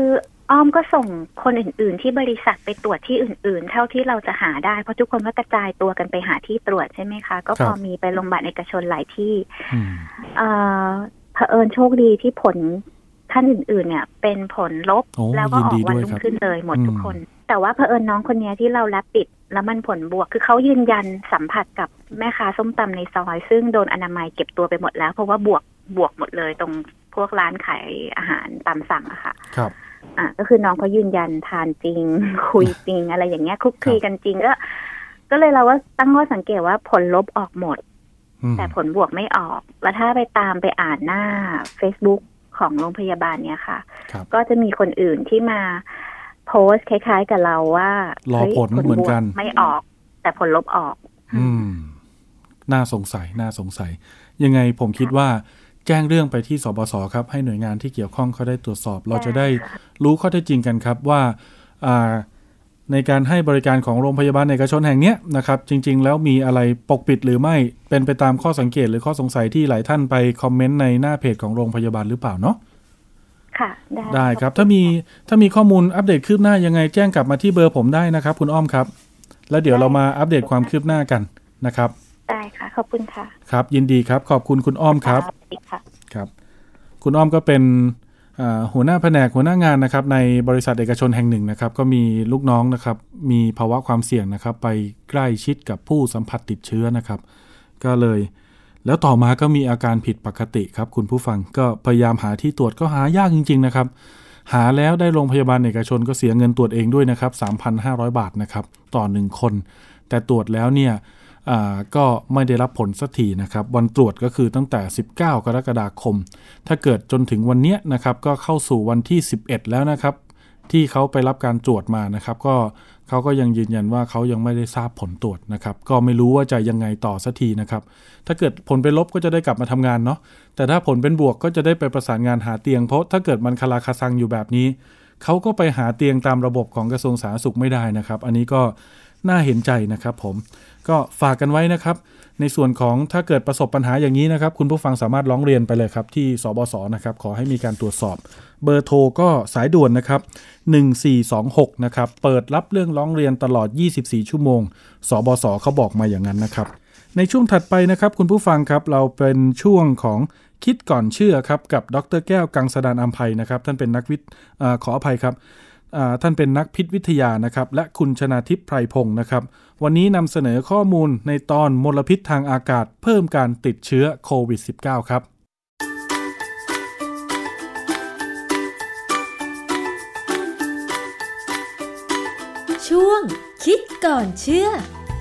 อ้อมก็ส่งคนอื่นๆที่บริษัทไปตรวจที่อื่นๆเท่าที่เราจะหาได้เพราะทุกคนก็กระจายตัวกันไปหาที่ตรวจใช่ไหมคะก็พอมีไปโรงพยาบาลเอกชนหลายที่เอ่อเผอิญโชคดีที่ผลท่านอื่นๆเนี่ยเป็นผลลบแล้วก็ออกวันรุ่งขึ้นเลยหมดทุกคนแต่ว่าเผอิญน้องคนนี้ที่เราแลบปิดแล้วมันผลบวกคือเขายืนยันสัมผัสกับแม่ค้าส้มตำในซอยซึ่งโดนอนามัยเก็บตัวไปหมดแล้วเพราะว่าบวกบวกหมดเลยตรงพวกร้านขายอาหารตามสั่งอะค่ะครับอ่ะก็คือน้องเขายืนยันทานจริง คุยจริงอะไรอย่างเงี้ยคุกคีกันจริงก็ก็เลยเราว่าตั้งข้อสังเกตว่าผลลบออกหมดแต่ผลบวกไม่ออกแล้วถ้าไปตามไปอ่านหน้า Facebook ของโรงพยาบาลเนี่ยค่ะก็จะมีคนอื่นที่มาโพสต์คล้ายๆกับเราว่ารอผลเหมือนกันไม่ออกแต่ผลลบออกอืมน่าสงสัยน่าสงสัยยังไงผมคิดว่าแจ้งเรื่องไปที่สบสครับให้หน่วยงานที่เกี่ยวข้องเขาได้ตรวจสอบเราจะได้รู้ข้อเท็จจริงกันครับว่าในการให้บริการของโรงพยาบาลเอกชนแห่งนี้นะครับจริงๆแล้วมีอะไรปกปิดหรือไม่เป็นไปตามข้อสังเกตหรือข้อสงสัยที่หลายท่านไปคอมเมนต์ในหน้าเพจของโรงพยาบาลหรือเปล่าเนาะค่ะได้ได้ครับถ้ามีถ้ามีข้อมูลอัปเดตคืบหน้ายังไงแจ้งกลับมาที่เบอร์ผมได้นะครับคุณอ้อมครับแล้วเดี๋ยวเรามาอัปเดตความคืบหน้ากันนะครับได้ค่ะขอบคุณค่ะครับยินดีครับขอบคุณคุณอ้อมครับค่ะครับคุณอ้อมก็เป็นหัวหน้าแผนกหัวหน้างานนะครับในบริษัทเอกชนแห่งหนึ่งนะครับก็มีลูกน้องนะครับมีภาวะความเสี่ยงนะครับไปใกล้ชิดกับผู้สัมผัสติดเชื้อนะครับก็เลยแล้วต่อมาก็มีอาการผิดปกติครับคุณผู้ฟังก็พยายามหาที่ตรวจก็หายากจริงๆนะครับหาแล้วได้โรงพยาบาลเอกชนก็เสียเงินตรวจเองด้วยนะครับ สามพันห้าร้อย บาทนะครับต่อหนึ่งคนแต่ตรวจแล้วเนี่ยก็ไม่ได้รับผลสักทีนะครับวันตรวจก็คือตั้งแต่สิบเก้ากรกฎาคมถ้าเกิดจนถึงวันนี้นะครับก็เข้าสู่วันที่สิบเอ็ดแล้วนะครับที่เขาไปรับการตรวจมานะครับก็เขาก็ยังยืนยันว่าเขายังไม่ได้ทราบผลตรวจนะครับก็ไม่รู้ว่าจะยังไงต่อสักทีนะครับถ้าเกิดผลเป็นลบก็จะได้กลับมาทำงานเนาะแต่ถ้าผลเป็นบวกก็จะได้ไปประสานงานหาเตียงเพราะถ้าเกิดมันคาราคาซังอยู่แบบนี้เขาก็ไปหาเตียงตามระบบของกระทรวงสาธารณสุขไม่ได้นะครับอันนี้ก็น่าเห็นใจนะครับผมก็ฝากกันไว้นะครับในส่วนของถ้าเกิดประสบปัญหาอย่างนี้นะครับคุณผู้ฟังสามารถร้องเรียนไปเลยครับที่สบสนะครับขอให้มีการตรวจสอบเบอร์โทรก็สายด่วนนะครับหนึ่งสี่สองหกนะครับเปิดรับเรื่องร้องเรียนตลอดยี่สิบสี่ชั่วโมงสบสเขาบอกมาอย่างนั้นนะครับในช่วงถัดไปนะครับคุณผู้ฟังครับเราเป็นช่วงของคิดก่อนเชื่อครับกับดร.แก้วกังสดาลอำไพนะครับท่านเป็นนักวิทย์ขออภัยครับท่านเป็นนักพิษวิทยานะครับและคุณชนาทิพย์ไพรพงศ์นะครับวันนี้นำเสนอข้อมูลในตอนมลพิษทางอากาศเพิ่มการติดเชื้อโควิด สิบเก้า ครับช่วงคิดก่อนเชื่อ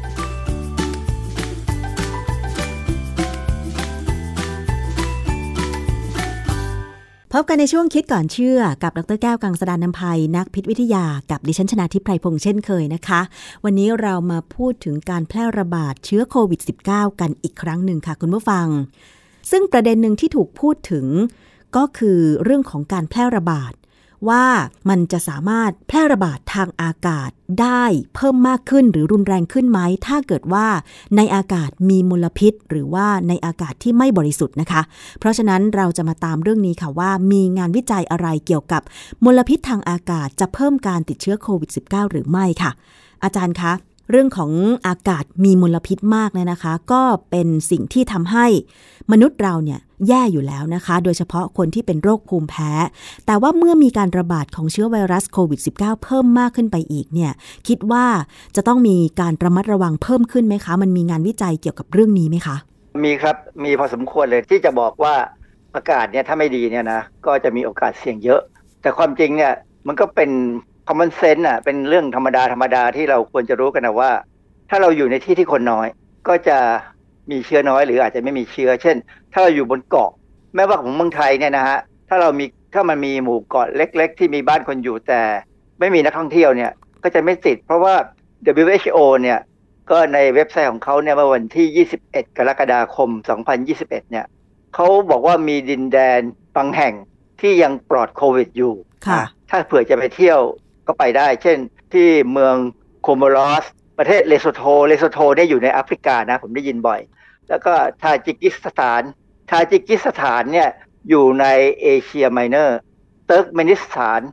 พบกันในช่วงคิดก่อนเชื่อกับดร.แก้วกังสดาลอำไพนักพิษวิทยากับดิฉันชนาทิพย์ไพรพงษ์เช่นเคยนะคะวันนี้เรามาพูดถึงการแพร่ระบาดเชื้อโควิด สิบเก้า กันอีกครั้งหนึ่งค่ะคุณผู้ฟังซึ่งประเด็นหนึ่งที่ถูกพูดถึงก็คือเรื่องของการแพร่ระบาดว่ามันจะสามารถแพร่ระบาดทางอากาศได้เพิ่มมากขึ้นหรือรุนแรงขึ้นไหมถ้าเกิดว่าในอากาศมีมลพิษหรือว่าในอากาศที่ไม่บริสุทธิ์นะคะเพราะฉะนั้นเราจะมาตามเรื่องนี้ค่ะว่ามีงานวิจัยอะไรเกี่ยวกับมลพิษทางอากาศจะเพิ่มการติดเชื้อโควิด สิบเก้า หรือไม่ค่ะอาจารย์คะเรื่องของอากาศมีมลพิษมากเนี่ยนะคะก็เป็นสิ่งที่ทำให้มนุษย์เราเนี่ยแย่อยู่แล้วนะคะโดยเฉพาะคนที่เป็นโรคภูมิแพ้แต่ว่าเมื่อมีการระบาดของเชื้อไวรัสโควิด สิบเก้า เพิ่มมากขึ้นไปอีกเนี่ยคิดว่าจะต้องมีการระมัดระวังเพิ่มขึ้นไหมคะมันมีงานวิจัยเกี่ยวกับเรื่องนี้ไหมคะมีครับมีพอสมควรเลยที่จะบอกว่าอากาศเนี่ยถ้าไม่ดีเนี่ยนะก็จะมีโอกาสเสี่ยงเยอะแต่ความจริงเนี่ยมันก็เป็นcommon sense อ่ะเป็นเรื่องธรรมดาธรรมดาที่เราควรจะรู้กันนะว่าถ้าเราอยู่ในที่ที่คนน้อยก็จะมีเชื้อน้อยหรืออาจจะไม่มีเชื้อเช่นถ้าเราอยู่บนเกาะแม้ว่าของเมืองไทยเนี่ยนะฮะถ้าเรามีถ้ามันมีหมู่เกาะเล็กๆที่มีบ้านคนอยู่แต่ไม่มีนักท่องเที่ยวเนี่ยก็จะไม่ติดเพราะว่า ดับเบิลยู เอช โอ เนี่ยก็ในเว็บไซต์ของเขาเนี่ยเมื่อวันที่ยี่สิบเอ็ดกรกฎาคมสองพันยี่สิบเอ็ดเนี่ยเขาบอกว่ามีดินแดนบางแห่งที่ยังปลอดโควิดอยู่ถ้าเผื่อจะไปเที่ยวก็ไปได้เช่นที่เมืองโคโมรอสประเทศเลโซโธเลโซโธเนี่ยอยู่ในแอฟริกานะผมได้ยินบ่อยแล้วก็ทาจิกิสถานทาจิกิสถานเนี่ยอยู่ในเอเชียไมเนอร์เติร์กเมนิสถาน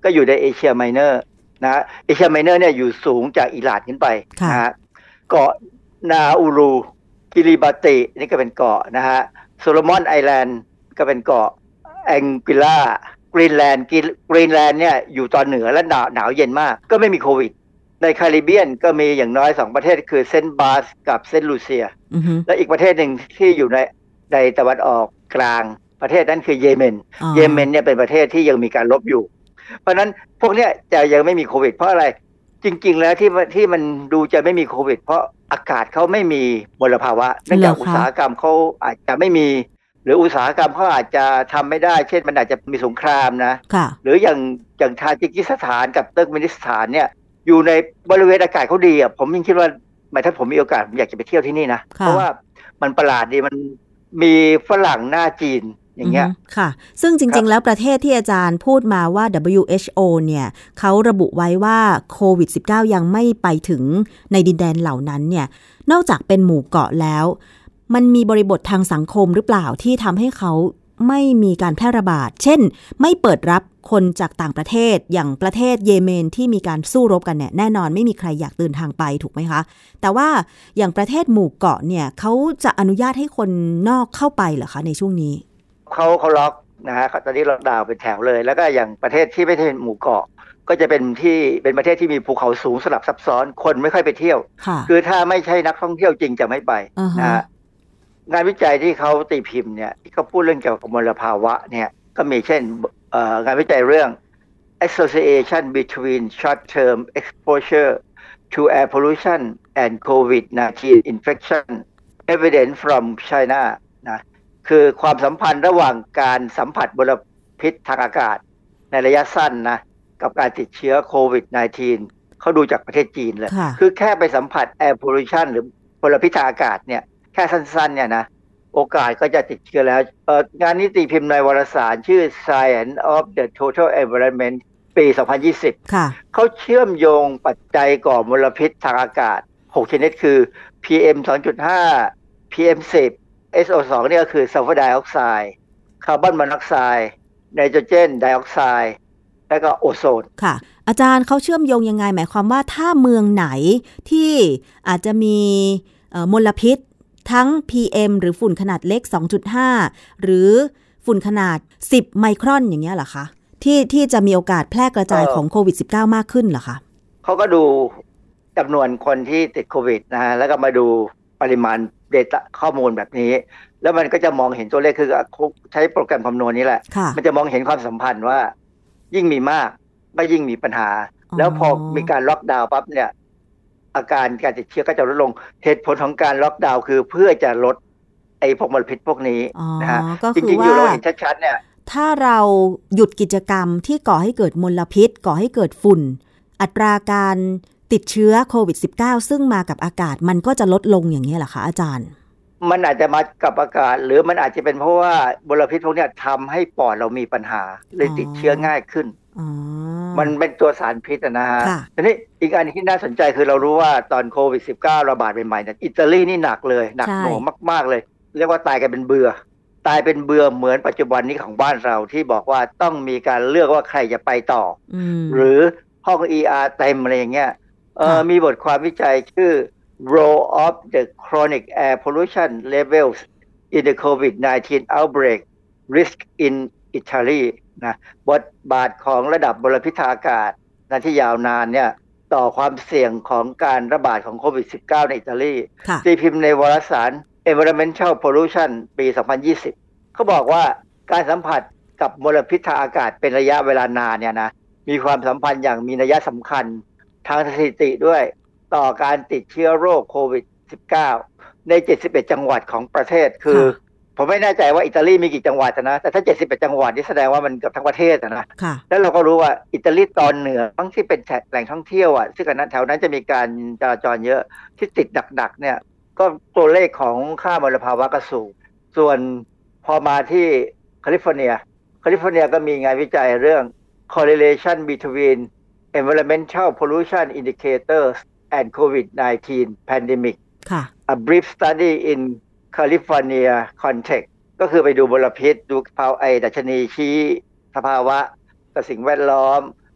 ก็อยู่ในเอเชียไมเนอร์นะเอเชียไมเนอร์เนี่ยอยู่สูงจากอิหร่านขึ้นไปนะฮะเกาะนาอูรูกิริบาตินี่ก็เป็นเกาะนะฮะโซโลมอนไอแลนด์ก็เป็นเกาะแองกิล่ากรีนแลนด์กรีนแลนด์เนี่ยอยู่ตอนเหนือและหนาวหนาวเย็นมากก็ไม่มีโควิดในแคริบเบียนก็มีอย่างน้อยสองประเทศคือเซนต์บาสกับเซนต์ลูเซีย uh-huh. และอีกประเทศหนึ่งที่อยู่ในในตะวันออกกลางประเทศนั้นคือเยเมน uh-huh. เยเมนเนี่ยเป็นประเทศที่ยังมีการรบอยู่เพราะนั้นพวกเนี้ยจะยังไม่มีโควิดเพราะอะไรจริงๆแล้วที่ที่มันดูจะไม่มีโควิดเพราะอากาศเขาไม่มีมลภาวะเนื่องจากอุตสาหกรรมเขาอาจจะไม่มีหรืออุตสาหกรรมเขาอาจจะทำไม่ได้เช่นมันอาจจะมีสงครามนะหรืออย่างอย่างทาจิกิสถานกับเติร์กเมนิสถานเนี่ยอยู่ในบริเวณอากาศเขาดีอ่ะผมยิ่งคิดว่าหมายถ้าผมมีโอกาสผมอยากจะไปเที่ยวที่นี่นะเพราะว่ามันประหลาดดีมันมีฝรั่งหน้าจีนอย่างเงี้ยค่ะซึ่งจริงๆแล้วประเทศที่อาจารย์พูดมาว่า ดับเบิลยู เอช โอ เนี่ยเขาระบุไว้ว่าโควิด สิบเก้า ยังไม่ไปถึงในดินแดนเหล่านั้นเนี่ยนอกจากเป็นหมู่เกาะแล้วมันมีบริบททางสังคมหรือเปล่าที่ทำให้เขาไม่มีการแพร่ระบาดเช่นไม่เปิดรับคนจากต่างประเทศอย่างประเทศเยเมนที่มีการสู้รบกันเนี่ยแน่นอนไม่มีใครอยากเดินทางไปถูกไหมคะแต่ว่าอย่างประเทศหมู่เกาะเนี่ยเขาจะอนุญาตให้คนนอกเข้าไปเหรอคะในช่วงนี้เขาเขาล็อกนะฮะตอนนี้ล็อกดาวน์เป็นแถวเลยแล้วก็อย่างประเทศที่ไม่ใช่หมู่เกาะก็จะเป็นที่เป็นประเทศที่มีภูเขาสูงสลับซับซ้อนคนไม่ค่อยไปเที่ยวคือถ้าไม่ใช่นักท่องเที่ยวจริงจะไม่ไป uh-huh. นะฮะงานวิจัยที่เขาตีพิมพ์เนี่ยที่เขาพูดเรื่องเกี่ยวกับมลภาวะเนี่ยก็มีเช่นงานวิจัยเรื่อง association between short-term exposure to air pollution and โควิด สิบเก้า infection evidence from China นะคือความสัมพันธ์ระหว่างการสัมผัสมลพิษทางอากาศในระยะสั้นนะกับการติดเชื้อโควิด สิบเก้า เขาดูจากประเทศจีนเลยคือแค่ไปสัมผัส air pollution หรือมลพิษทางอากาศเนี่ยแค่สั้นๆเนี่ยนะโอกาสก็จะติดเชื้อแล้วเอ่องานนี้ตีพิมพ์ในวารสารชื่อ Science of the Total Environment ปี สองพันยี่สิบค่ะเขาเชื่อมโยงปัจจัยก่อมลพิษทางอากาศหกชนิดคือ พี เอ็ม สองจุดห้า พี เอ็ม สิบ เอส โอ สอง เนี่ยก็คือซัลเฟอร์ไดออกไซด์คาร์บอนมอนอกไซด์ไนโตรเจนไดออกไซด์แล้วก็โอโซนค่ะอาจารย์เขาเชื่อมโยงยังไงหมายความว่าถ้าเมืองไหนที่อาจจะมีมลพิษทั้ง พี เอ็ม หรือฝุ่นขนาดเล็ก สองจุดห้า หรือฝุ่นขนาดสิบไมครอนอย่างเงี้ยเหรอคะที่ที่จะมีโอกาสแพร่กระจายของโควิด สิบเก้า มากขึ้นเหรอคะเขาก็ดูจำนวนคนที่ติดโควิดนะฮะแล้วก็มาดูปริมาณ data ข้อมูลแบบนี้แล้วมันก็จะมองเห็นตัวเลขคือใช้โปรแกรมคำนวณนี้แหละมันจะมองเห็นความสัมพันธ์ว่ายิ่งมีมากก็ยิ่งมีปัญหาแล้วพอมีการล็อกดาวน์ปั๊บเนี่ยอาการการติดเชื้อก็จะลดลงเหตุผลของการล็อกดาวน์คือเพื่อจะลดไอ้พวกมลพิษพวกนี้นะฮะจริงๆอยู่เราเห็นชัดๆเนี่ยถ้าเราหยุดกิจกรรมที่ก่อให้เกิดมลพิษก่อให้เกิดฝุ่นอัตราการติดเชื้อโควิด สิบเก้า ซึ่งมากับอากาศมันก็จะลดลงอย่างนี้เหรอคะอาจารย์มันอาจจะมากับอากาศหรือมันอาจจะเป็นเพราะว่ามลพิษพวกนี้ทำให้ปอดเรามีปัญหาเลยติดเชื้อง่ายขึ้นมันเป็นตัวสารพิษนะฮะทีนี้อีกอันที่น่าสนใจคือเรารู้ว่าตอนโควิด สิบเก้า ระบาดใหม่ๆเนี่ยอิตาลีนี่หนักเลยหนักหน่วงมากๆเลยเรียกว่าตายกันเป็นเบื่อตายเป็นเบื่อเหมือนปัจจุบันนี้ของบ้านเราที่บอกว่าต้องมีการเลือกว่าใครจะไปต่อหรือห้อง อี อาร์ เต็มอะไรอย่างเงี้ยเออมีบทความวิจัยชื่อ Role of the Chronic Air Pollution Levels in the โควิด สิบเก้า Outbreak Risk in Italy นะบทบาทของระดับมลพิษทางอากาศนะที่ยาวนานเนี่ยต่อความเสี่ยงของการระบาดของโควิด สิบเก้า ในอิตาลีตีพิมพ์ในวารสาร Environmental Pollution ปี สองพันยี่สิบเขาบอกว่าการสัมผัสกับมลพิษทางอากาศเป็นระยะเวลานานเนี่ยนะมีความสัมพันธ์อย่างมีนัยสำคัญทางสถิติด้วยต่อการติดเชื้อโรคโควิด สิบเก้า ในเจ็ดสิบเอ็ดจังหวัดของประเทศคือผมไม่แน่ใจว่าอิตาลีมีกี่จังหวัดนะแต่ถ้าเจ็ดสิบเอ็ดจังหวัดนี่แสดงว่ามันเกือบทั้งประเทศนะแล้วเราก็รู้ว่าอิตาลีตอนเหนือบางที่เป็นแหล่งท่องเที่ยวอ่ะซึ่งกันนั้นแถวนั้นจะมีการจราจรเยอะที่ติดดักๆเนี่ยก็ตัวเลขของค่ามลภาวะก็สูงส่วนพอมาที่แคลิฟอร์เนียแคลิฟอร์เนียก็มีงานวิจัยเรื่อง correlation between environmental pollution indicators and โควิด สิบเก้า pandemic a brief study in California context ก็คือไปดูมลพิษดูภาวะดัชนีชี้สภาวะกับสิ่งแวดล้อม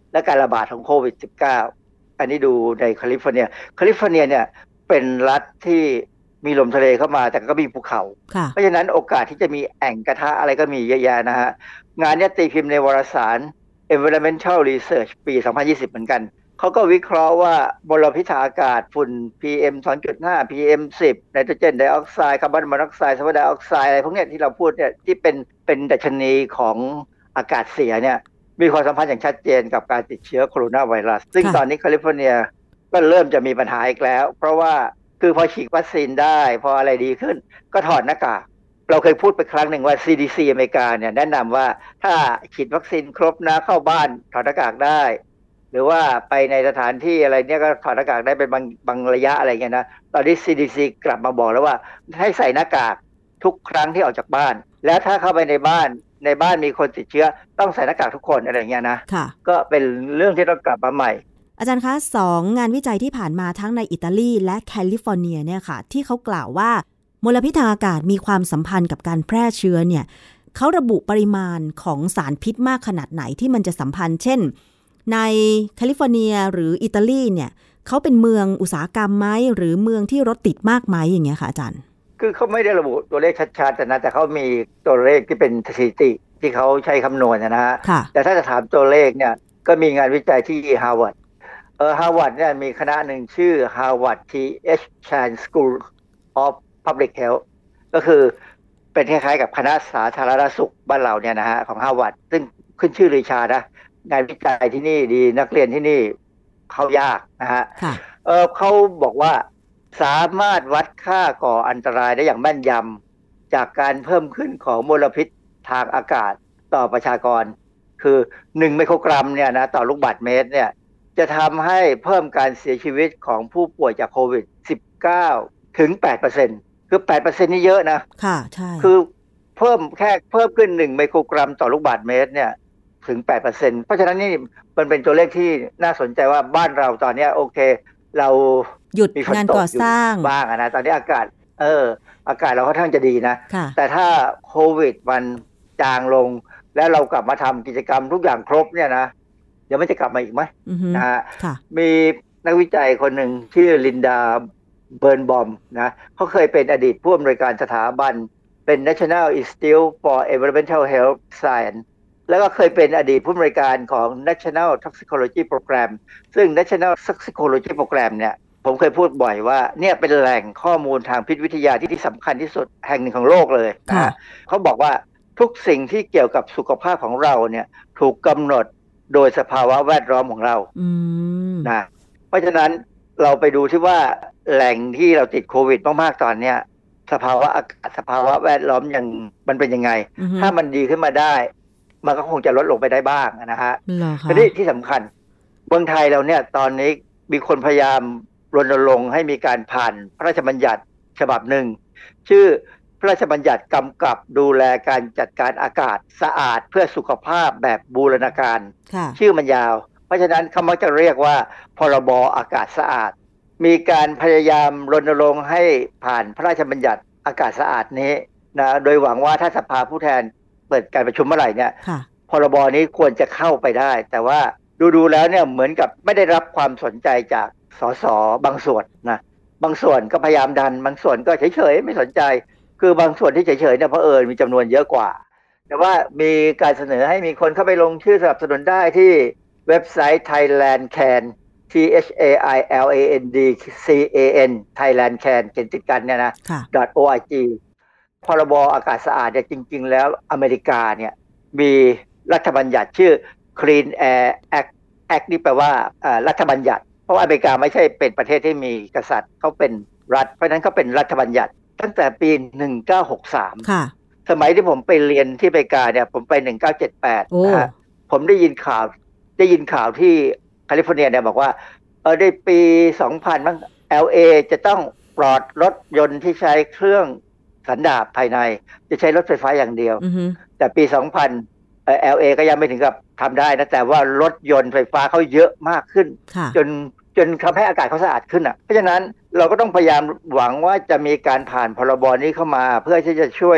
และการระบาดของโควิด สิบเก้า อันนี้ดูในแคลิฟอร์เนียแคลิฟอร์เนียเนี่ยเป็นรัฐที่มีลมทะเลเข้ามาแต่ก็มีภูเขาเพราะฉะนั้นโอกาสที่จะมีแอ่งกระทะอะไรก็มีเยอะแยะนะฮะงานนี้ตีพิมพ์ในวารสาร Environmental Research ปี สองพันยี่สิบ เหมือนกันเขาก็วิเคราะห์ว่ามลพิษทางอากาศฝุ่น พี เอ็ม สองจุดห้า พี เอ็ม สิบ ไนโตรเจนไดออกไซด์คาร์บอนมอนอกไซด์ซัลเฟอร์ไดออกไซด์อะไรพวกนี้ที่เราพูดเนี่ยที่เป็นเป็นดัชนีของอากาศเสียเนี่ยมีความสัมพันธ์อย่างชัดเจนกับการติดเชื้อโคโรนาไวรัสซึ่งตอนนี้แคลิฟอร์เนียก็เริ่มจะมีปัญหาอีกแล้วเพราะว่าคือพอฉีดวัคซีนได้พออะไรดีขึ้นก็ถอดหน้ากากเราเคยพูดไปครั้งหนึ่งว่า ซี ดี ซี อเมริกาเนี่ยแนะนำว่าถ้าฉีดวัคซีนครบนะเข้าบ้านถอดหน้ากากได้หรือว่าไปในสถานที่อะไรเนี่ยก็ถอดหน้ากากได้เป็นบางบางระยะอะไรเงี้ยนะตอนนี้ ซี ดี ซี กลับมาบอกแล้วว่าให้ใส่หน้ากากทุกครั้งที่ออกจากบ้านแล้วถ้าเข้าไปในบ้านในบ้านมีคนติดเชื้อต้องใส่หน้ากากทุกคนอะไรเงี้ยนะก็เป็นเรื่องที่ต้องกลับมาใหม่อาจารย์คะสองงานวิจัยที่ผ่านมาทั้งในอิตาลีและแคลิฟอร์เนียเนี่ยค่ะที่เขากล่าวว่ามลพิษทางอากาศมีความสัมพันธ์กับการแพร่เชื้อเนี่ยเขาระบุปริมาณของสารพิษมากขนาดไหนที่มันจะสัมพันธ์เช่นในแคลิฟอร์เนียหรืออิตาลีเนี่ยเขาเป็นเมืองอุตสาหกรรมไหมหรือเมืองที่รถติดมากไหมอย่างเงี้ยค่ะอาจารย์คือเขาไม่ได้ระบุตัวเลขชัดๆแต่นะแต่เขามีตัวเลขที่เป็นสถิติที่เขาใช้คำนวณนะฮะแต่ถ้าจะถามตัวเลขเนี่ยก็มีงานวิจัยที่ฮาร์วาร์ดเออฮาร์วาร์ดเนี่ยมีคณะหนึ่งชื่อ Harvard ที เอช Chan School of Public Health ก็คือเป็นคล้ายๆกับคณะสาธารณสุขบ้านเราเนี่ยนะฮะของฮาร์วาร์ดซึ่งขึ้นชื่อลือชานะงานวิจัยที่นี่ดีนักเรียนที่นี่เข้ายากนะฮะเออเขาบอกว่าสามารถวัดค่าก่ออันตรายได้อย่างแม่นยำจากการเพิ่มขึ้นของมลพิษทางอากาศต่อประชากรคือหนึ่งไมโครกรัมเนี่ยนะต่อลูกบาศก์เมตรเนี่ยจะทำให้เพิ่มการเสียชีวิตของผู้ป่วยจากโควิด สิบเก้า ถึง แปดเปอร์เซ็นต์ คือ แปดเปอร์เซ็นต์ นี่เยอะนะค่ะใช่คือเพิ่มแค่เพิ่มขึ้นหนึ่งไมโครกรัมต่อลูกบาศก์เมตรเนี่ยถึง แปดเปอร์เซ็นต์ เพราะฉะนั้นนี่มันเป็นตัวเลขที่น่าสนใจว่าบ้านเราตอนนี้โอเคเราหยุดงานก่อสร้างบ้างนะตอนนี้อากาศเอออากาศเราค่อนข้างจะดีนะแต่ถ้าโควิดมันจางลงแล้วเรากลับมาทำกิจกรรมทุกอย่างครบเนี่ยนะเดี๋ยวมันจะกลับมาอีกไหมนะฮะมีนักวิจัยคนหนึ่งชื่อลินดาเบิร์นบอมนะเขาเคยเป็นอดีตผู้อำนวยการสถาบันเป็น National Institute for Environmental Health Science แล้วก็เคยเป็นอดีตผู้อำนวยการของ National Toxicology Program ซึ่ง National Toxicology Program เนี่ยผมเคยพูดบ่อยว่าเนี่ยเป็นแหล่งข้อมูลทางพิษวิทยาที่ที่สำคัญที่สุดแห่งหนึ่งของโลกเลยนะเขาบอกว่าทุกสิ่งที่เกี่ยวกับสุขภาพของเราเนี่ยถูกกำหนดโดยสภาวะแวดล้อมของเรานะเพราะฉะนั้นเราไปดูที่ว่าแหล่งที่เราติดโควิดมากๆตอนเนี้ยสภาวะอากาศสภาวะแวดล้อมอย่างมันเป็นยังไงถ้ามันดีขึ้นมาได้มันก็คงจะลดลงไปได้บ้างนะฮะทีนี้ที่สำคัญเมืองไทยเราเนี่ยตอนนี้มีคนพยายามรณรงค์ให้มีการผ่านพระราชบัญญัติฉบับหนึ่งชื่อพระราชบัญญัติกำกับดูแลการจัดการอากาศสะอาดเพื่อสุขภาพแบบบูรณาการชื่อมันยาวเพราะฉะนั้นเขามักจะเรียกว่าพรบอากาศสะอาดมีการพยายามรณรงค์ให้ผ่านพระราชบัญญัติอากาศสะอาดนี้นะโดยหวังว่าถ้าสภาผู้แทนเปิดการประชุมเมื่อไหร่เนี่ยพรบนี้ควรจะเข้าไปได้แต่ว่าดูๆแล้วเนี่ยเหมือนกับไม่ได้รับความสนใจจากสสบางส่วนนะบางส่วนก็พยายามดันบางส่วนก็เฉยๆไม่สนใจคือบางส่วนที่เฉยๆเนี่ยเพราะเอิญมีจำนวนเยอะกว่าแต่ว่ามีการเสนอให้มีคนเข้าไปลงชื่อสนับสนุนได้ที่เว็บไซต์ Thailand Can T H A I L A N D C A N Thailand Can เขียนติดกันเนี่ยนะ .org พรบอากาศสะอาดเนี่ยจริงๆแล้วอเมริกาเนี่ยมีรัฐบัญญัติชื่อ Clean Air Act Act นี่แปลว่ารัฐบัญญัติเพราะว่าอเมริกาไม่ใช่เป็นประเทศที่มีกษัตริย์เขาเป็นรัฐเพราะฉะนั้นเขาเป็นรัฐบัญญัติตั้งแต่ปีหนึ่งเก้าหกสามค่ะสมัยที่ผมไปเรียนที่อเมริกาเนี่ยผมไปหนึ่งเก้าเจ็ดแปดนะฮะผมได้ยินข่าวได้ยินข่าวที่แคลิฟอร์เนียเนี่ยบอกว่าเออในปีสองพันมั้ง แอล เอ จะต้องปลอดรถยนต์ที่ใช้เครื่องสันดาปภายในจะใช้รถไฟฟ้าอย่างเดียวแต่ปีสองพันเอ่อ แอล เอ ก็ยังไม่ถึงกับทำได้นะแต่ว่ารถยนต์ไฟฟ้าเขาเยอะมากขึ้นจนจนทำให้อากาศเขาสะอาดขึ้นอ่ะเพราะฉะนั้นเราก็ต้องพยายามหวังว่าจะมีการผ่านพรบนี้เข้ามาเพื่อที่จะช่วยลด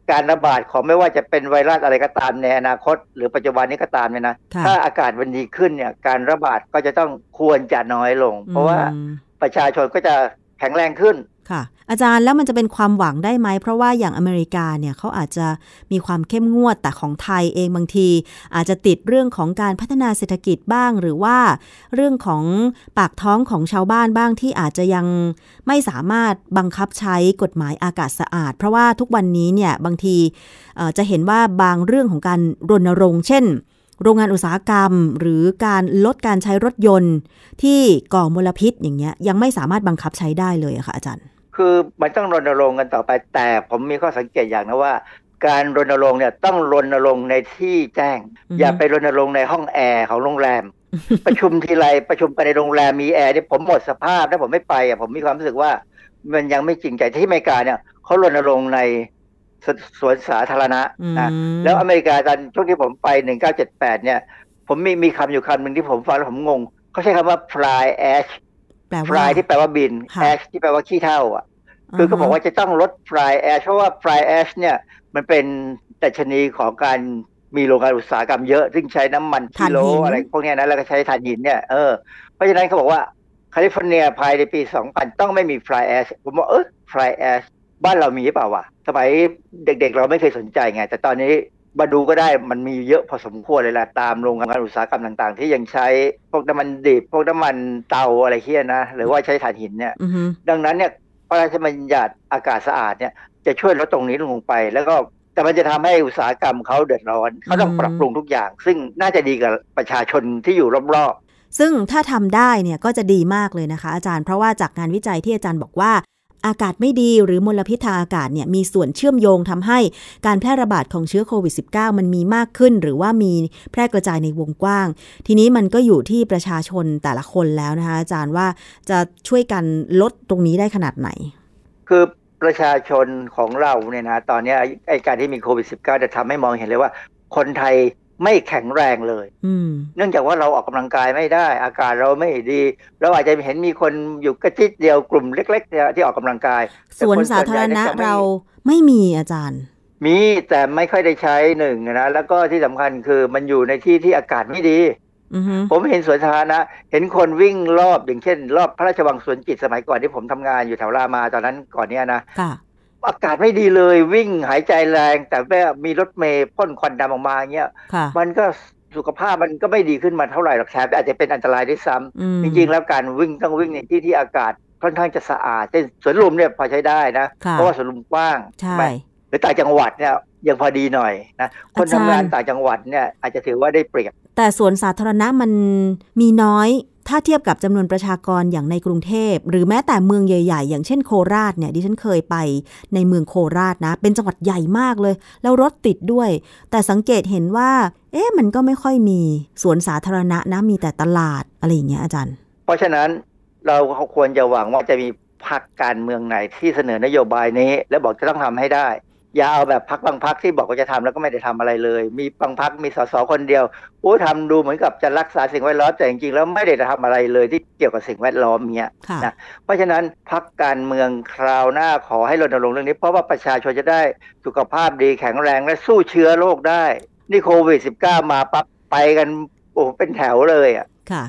การระบาดของไม่ว่าจะเป็นไวรัสอะไรก็ตามในอนาคตหรือปัจจุบันนี้ก็ตามเนี่ยนะถ้าอากาศมันดีขึ้นเนี่ยการระบาดก็จะต้องควรจะน้อยลงเพราะว่าประชาชนก็จะแข็งแรงขึ้นค่ะอาจารย์แล้วมันจะเป็นความหวังได้ไหมเพราะว่าอย่างอเมริกาเนี่ยเขาอาจจะมีความเข้มงวดแต่ของไทยเองบางทีอาจจะติดเรื่องของการพัฒนาเศรษฐกิจบ้างหรือว่าเรื่องของปากท้องของชาวบ้านบ้างที่อาจจะยังไม่สามารถบังคับใช้กฎหมายอากาศสะอาดเพราะว่าทุกวันนี้เนี่ยบางทีจะเห็นว่าบางเรื่องของการรณรงค์เช่นโรงงานอุตสาหกรรมหรือการลดการใช้รถยนต์ที่ก่อมลพิษอย่างเงี้ยยังไม่สามารถบังคับใช้ได้เลยอะค่ะอาจารย์คือมันต้องรณรงค์กันต่อไปแต่ผมมีข้อสังเกตอย่างนะว่าการรณรงค์เนี่ยต้องรณรงค์ในที่แจ้ง อย่าไปรณรงค์ในห้องแอร์ของโรงแรม ประชุมทีไรประชุมกันในโรงแรมมีแอร์นี่ผมหมดสภาพถ้าผมไม่ไปอ่ะผมมีความรู้สึกว่ามันยังไม่จริงใจที่อเมริกาเนี่ยเขารณรงค์ในสวนสาธารณะนะแล้วอเมริกาตอนช่วงที่ผมไปหนึ่งเก้าเจ็ดแปดเนี่ยผมมีมีคำอยู่คำหนึ่งที่ผมฟังแล้วผมงงเขาใช้คำว่า fly ash fly ที่แปลว่าบิน ash ที่แปลว่าขี้เถ้าอ่ะคือเขาบอกว่าจะต้องลด fly ash เพราะว่า fly ash เนี่ยมันเป็นดัชนีของการมีโรงงานอุตสาหกรรมเยอะซึ่งใช้น้ำมันกิโลอะไรพวกนี้นะแล้วก็ใช้ถ่านหินเนี่ยเออเพราะฉะนั้นเขาบอกว่าแคลิฟอร์เนียภายในปีสองพันต้องไม่มี fly ash ผมบอกเออ fly ash บ้านเรามีหรือเปล่าวะสมัยเด็กๆเราไม่เคยสนใจไงแต่ตอนนี้มาดูก็ได้มันมีเยอะพอสมควรเลยล่ะตามโรงงานอุตสาหกรรมต่างๆที่ยังใช้พวกน้ำมันดิบพวกน้ำมันเตาอะไรเงี้ยนะหรือว่าใช้ถ่านหินเนี่ย uh-huh. ดังนั้นเนี่ยพระราชบัญญัติอากาศสะอาดเนี่ยจะช่วยลดตรงนี้ลงไปแล้วก็แต่มันจะทำให้อุตสาหกรรมเขาเดือดร้อนเขาต้องปรับปรุงทุกอย่างซึ่งน่าจะดีกับประชาชนที่อยู่รอบๆซึ่งถ้าทำได้เนี่ยก็จะดีมากเลยนะคะอาจารย์เพราะว่าจากงานวิจัยที่อาจารย์บอกว่าอากาศไม่ดีหรือมลพิษทางอากาศเนี่ยมีส่วนเชื่อมโยงทำให้การแพร่ระบาดของเชื้อโควิด สิบเก้า มันมีมากขึ้นหรือว่ามีแพร่กระจายในวงกว้างทีนี้มันก็อยู่ที่ประชาชนแต่ละคนแล้วนะคะอาจารย์ว่าจะช่วยกันลดตรงนี้ได้ขนาดไหนคือประชาชนของเราเนี่ยนะตอนนี้ไอ้การที่มีโควิด สิบเก้า จะทำให้มองเห็นเลยว่าคนไทยไม่แข็งแรงเลยเนื่องจากว่าเราออกกำลังกายไม่ได้อากาศเราไม่ดีเราอาจจะเห็นมีคนอยู่กระจิตเดียวกลุ่มเล็กๆที่ออกกำลังกายสวนสาธารณะเราไม่มีอาจารย์มีแต่ไม่ค่อยได้ใช้หนึ่งนะแล้วก็ที่สำคัญคือมันอยู่ในที่ที่อากาศไม่ดีผมเห็นสวนสาธารณะเห็นคนวิ่งรอบอย่างเช่นรอบพระราชวังสวนจิตสมัยก่อนที่ผมทำงานอยู่แถวรามาตอนนั้นก่อนเนี้ยนะอากาศไม่ดีเลยวิ่งหายใจแรงแต่แม้มีรถเมล์พ่นควันดำออกมาเงี้ยมันก็สุขภาพมันก็ไม่ดีขึ้นมาเท่าไหร่หรอกแถมอาจจะเป็นอันตรายด้วยซ้ำจริงๆแล้วการวิ่งต้องวิ่งในที่ที่อากาศค่อนข้างจะสะอาดเช่นสวนลุมเนี่ยพอใช้ได้นะเพราะว่าสวนลุมกว้างหรือต่างจังหวัดเนี่ยยังพอดีหน่อยนะคนทำงานต่างจังหวัดเนี่ยอาจจะถือว่าได้เปรียบแต่สวนสาธารณะมันมีน้อยถ้าเทียบกับจำนวนประชากรอย่างในกรุงเทพหรือแม้แต่เมืองใหญ่ๆอย่างเช่นโคราชเนี่ยดิฉันเคยไปในเมืองโคราชนะเป็นจังหวัดใหญ่มากเลยแล้วรถติดด้วยแต่สังเกตเห็นว่าเอ๊ะมันก็ไม่ค่อยมีสวนสาธารณะนะมีแต่ตลาดอะไรอย่างเงี้ยอาจารย์เพราะฉะนั้นเราควรจะหวังว่าจะมีพรรคการเมืองไหนที่เสนอนโยบายนี้แล้วบอกจะต้องทำให้ได้อย่าเอาแบบพรรคบางพรรคที่บอกว่าจะทำแล้วก็ไม่ได้ทำอะไรเลยมีบางพรรคมีสสคนเดียวโอ้ทำดูเหมือนกับจะรักษาสิ่งแวดล้อมแต่จริงๆแล้วไม่ได้ทำอะไรเลยที่เกี่ยวกับสิ่งแวดล้อมเงี้ยนะเพราะฉะนั้นพรรคการเมืองคราวหน้าขอให้รณรงค์เรื่องนี้เพราะว่าประชาชนจะได้สุขภาพดีแข็งแรงและสู้เชื้อโรคได้นี่โควิด สิบเก้า มาปั๊บไปกันโอ้เป็นแถวเลยอ่ะค่ะ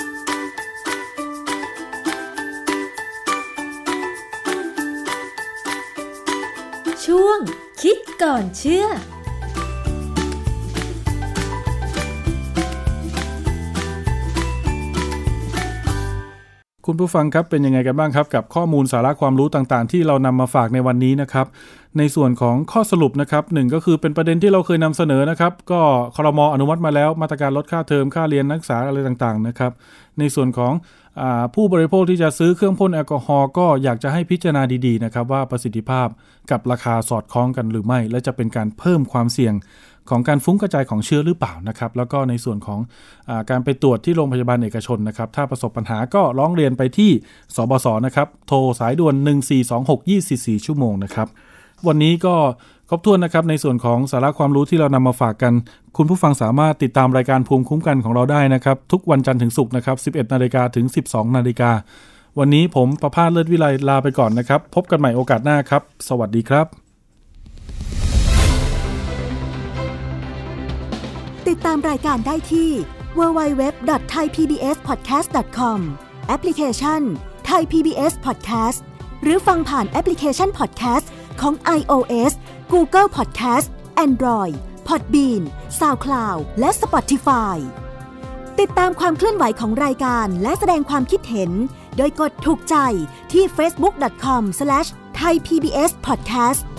ช่วงคิดก่อนเชื่อคุณผู้ฟังครับเป็นยังไงกันบ้างครับกับข้อมูลสาระความรู้ต่างๆที่เรานำมาฝากในวันนี้นะครับในส่วนของข้อสรุปนะครับหนึ่งก็คือเป็นประเด็นที่เราเคยนำเสนอนะครับก็ครม.อนุมัติมาแล้วมาตรการลดค่าเทอมค่าเรียนนักศึกษาอะไรต่างๆนะครับในส่วนของอ่าผู้บริโภคที่จะซื้อเครื่องพ่นแอลกอฮอล์ก็อยากจะให้พิจารณาดีๆนะครับว่าประสิทธิภาพกับราคาสอดคล้องกันหรือไม่และจะเป็นการเพิ่มความเสี่ยงของการฟุ้งกระจายของเชื้อหรือเปล่านะครับแล้วก็ในส่วนของอ่าการไปตรวจที่โรงพยาบาลเอกชนนะครับถ้าประสบปัญหาก็ร้องเรียนไปที่สบสนะครับโทรสายด่วนหนึ่งสี่สองหก ยี่สิบสี่ชั่วโมงนะครับวันนี้ก็ครบถ้วนนะครับในส่วนของสาระความรู้ที่เรานำมาฝากกันคุณผู้ฟังสามารถติดตามรายการภูมิคุ้มกันของเราได้นะครับทุกวันจันทร์ถึงศุกร์นะครับ สิบเอ็ดนาฬิกา ถึง สิบสองนาฬิกาวันนี้ผมประภาสเลิศวิไลลาไปก่อนนะครับพบกันใหม่โอกาสหน้าครับสวัสดีครับตามรายการได้ที่ ดับเบิลยู ดับเบิลยู ดับเบิลยู ดอท ไทย พี บี เอส พอดแคสต์ ดอท คอม แอปพลิเคชัน Thai พี บี เอส Podcast หรือฟังผ่านแอปพลิเคชัน Podcast ของ iOS Google Podcast Android Podbean SoundCloud และ Spotify ติดตามความเคลื่อนไหวของรายการและแสดงความคิดเห็นโดยกดถูกใจที่ เฟซบุ๊ก ดอท คอม สแลช ไทย พี บี เอส พอดแคสต์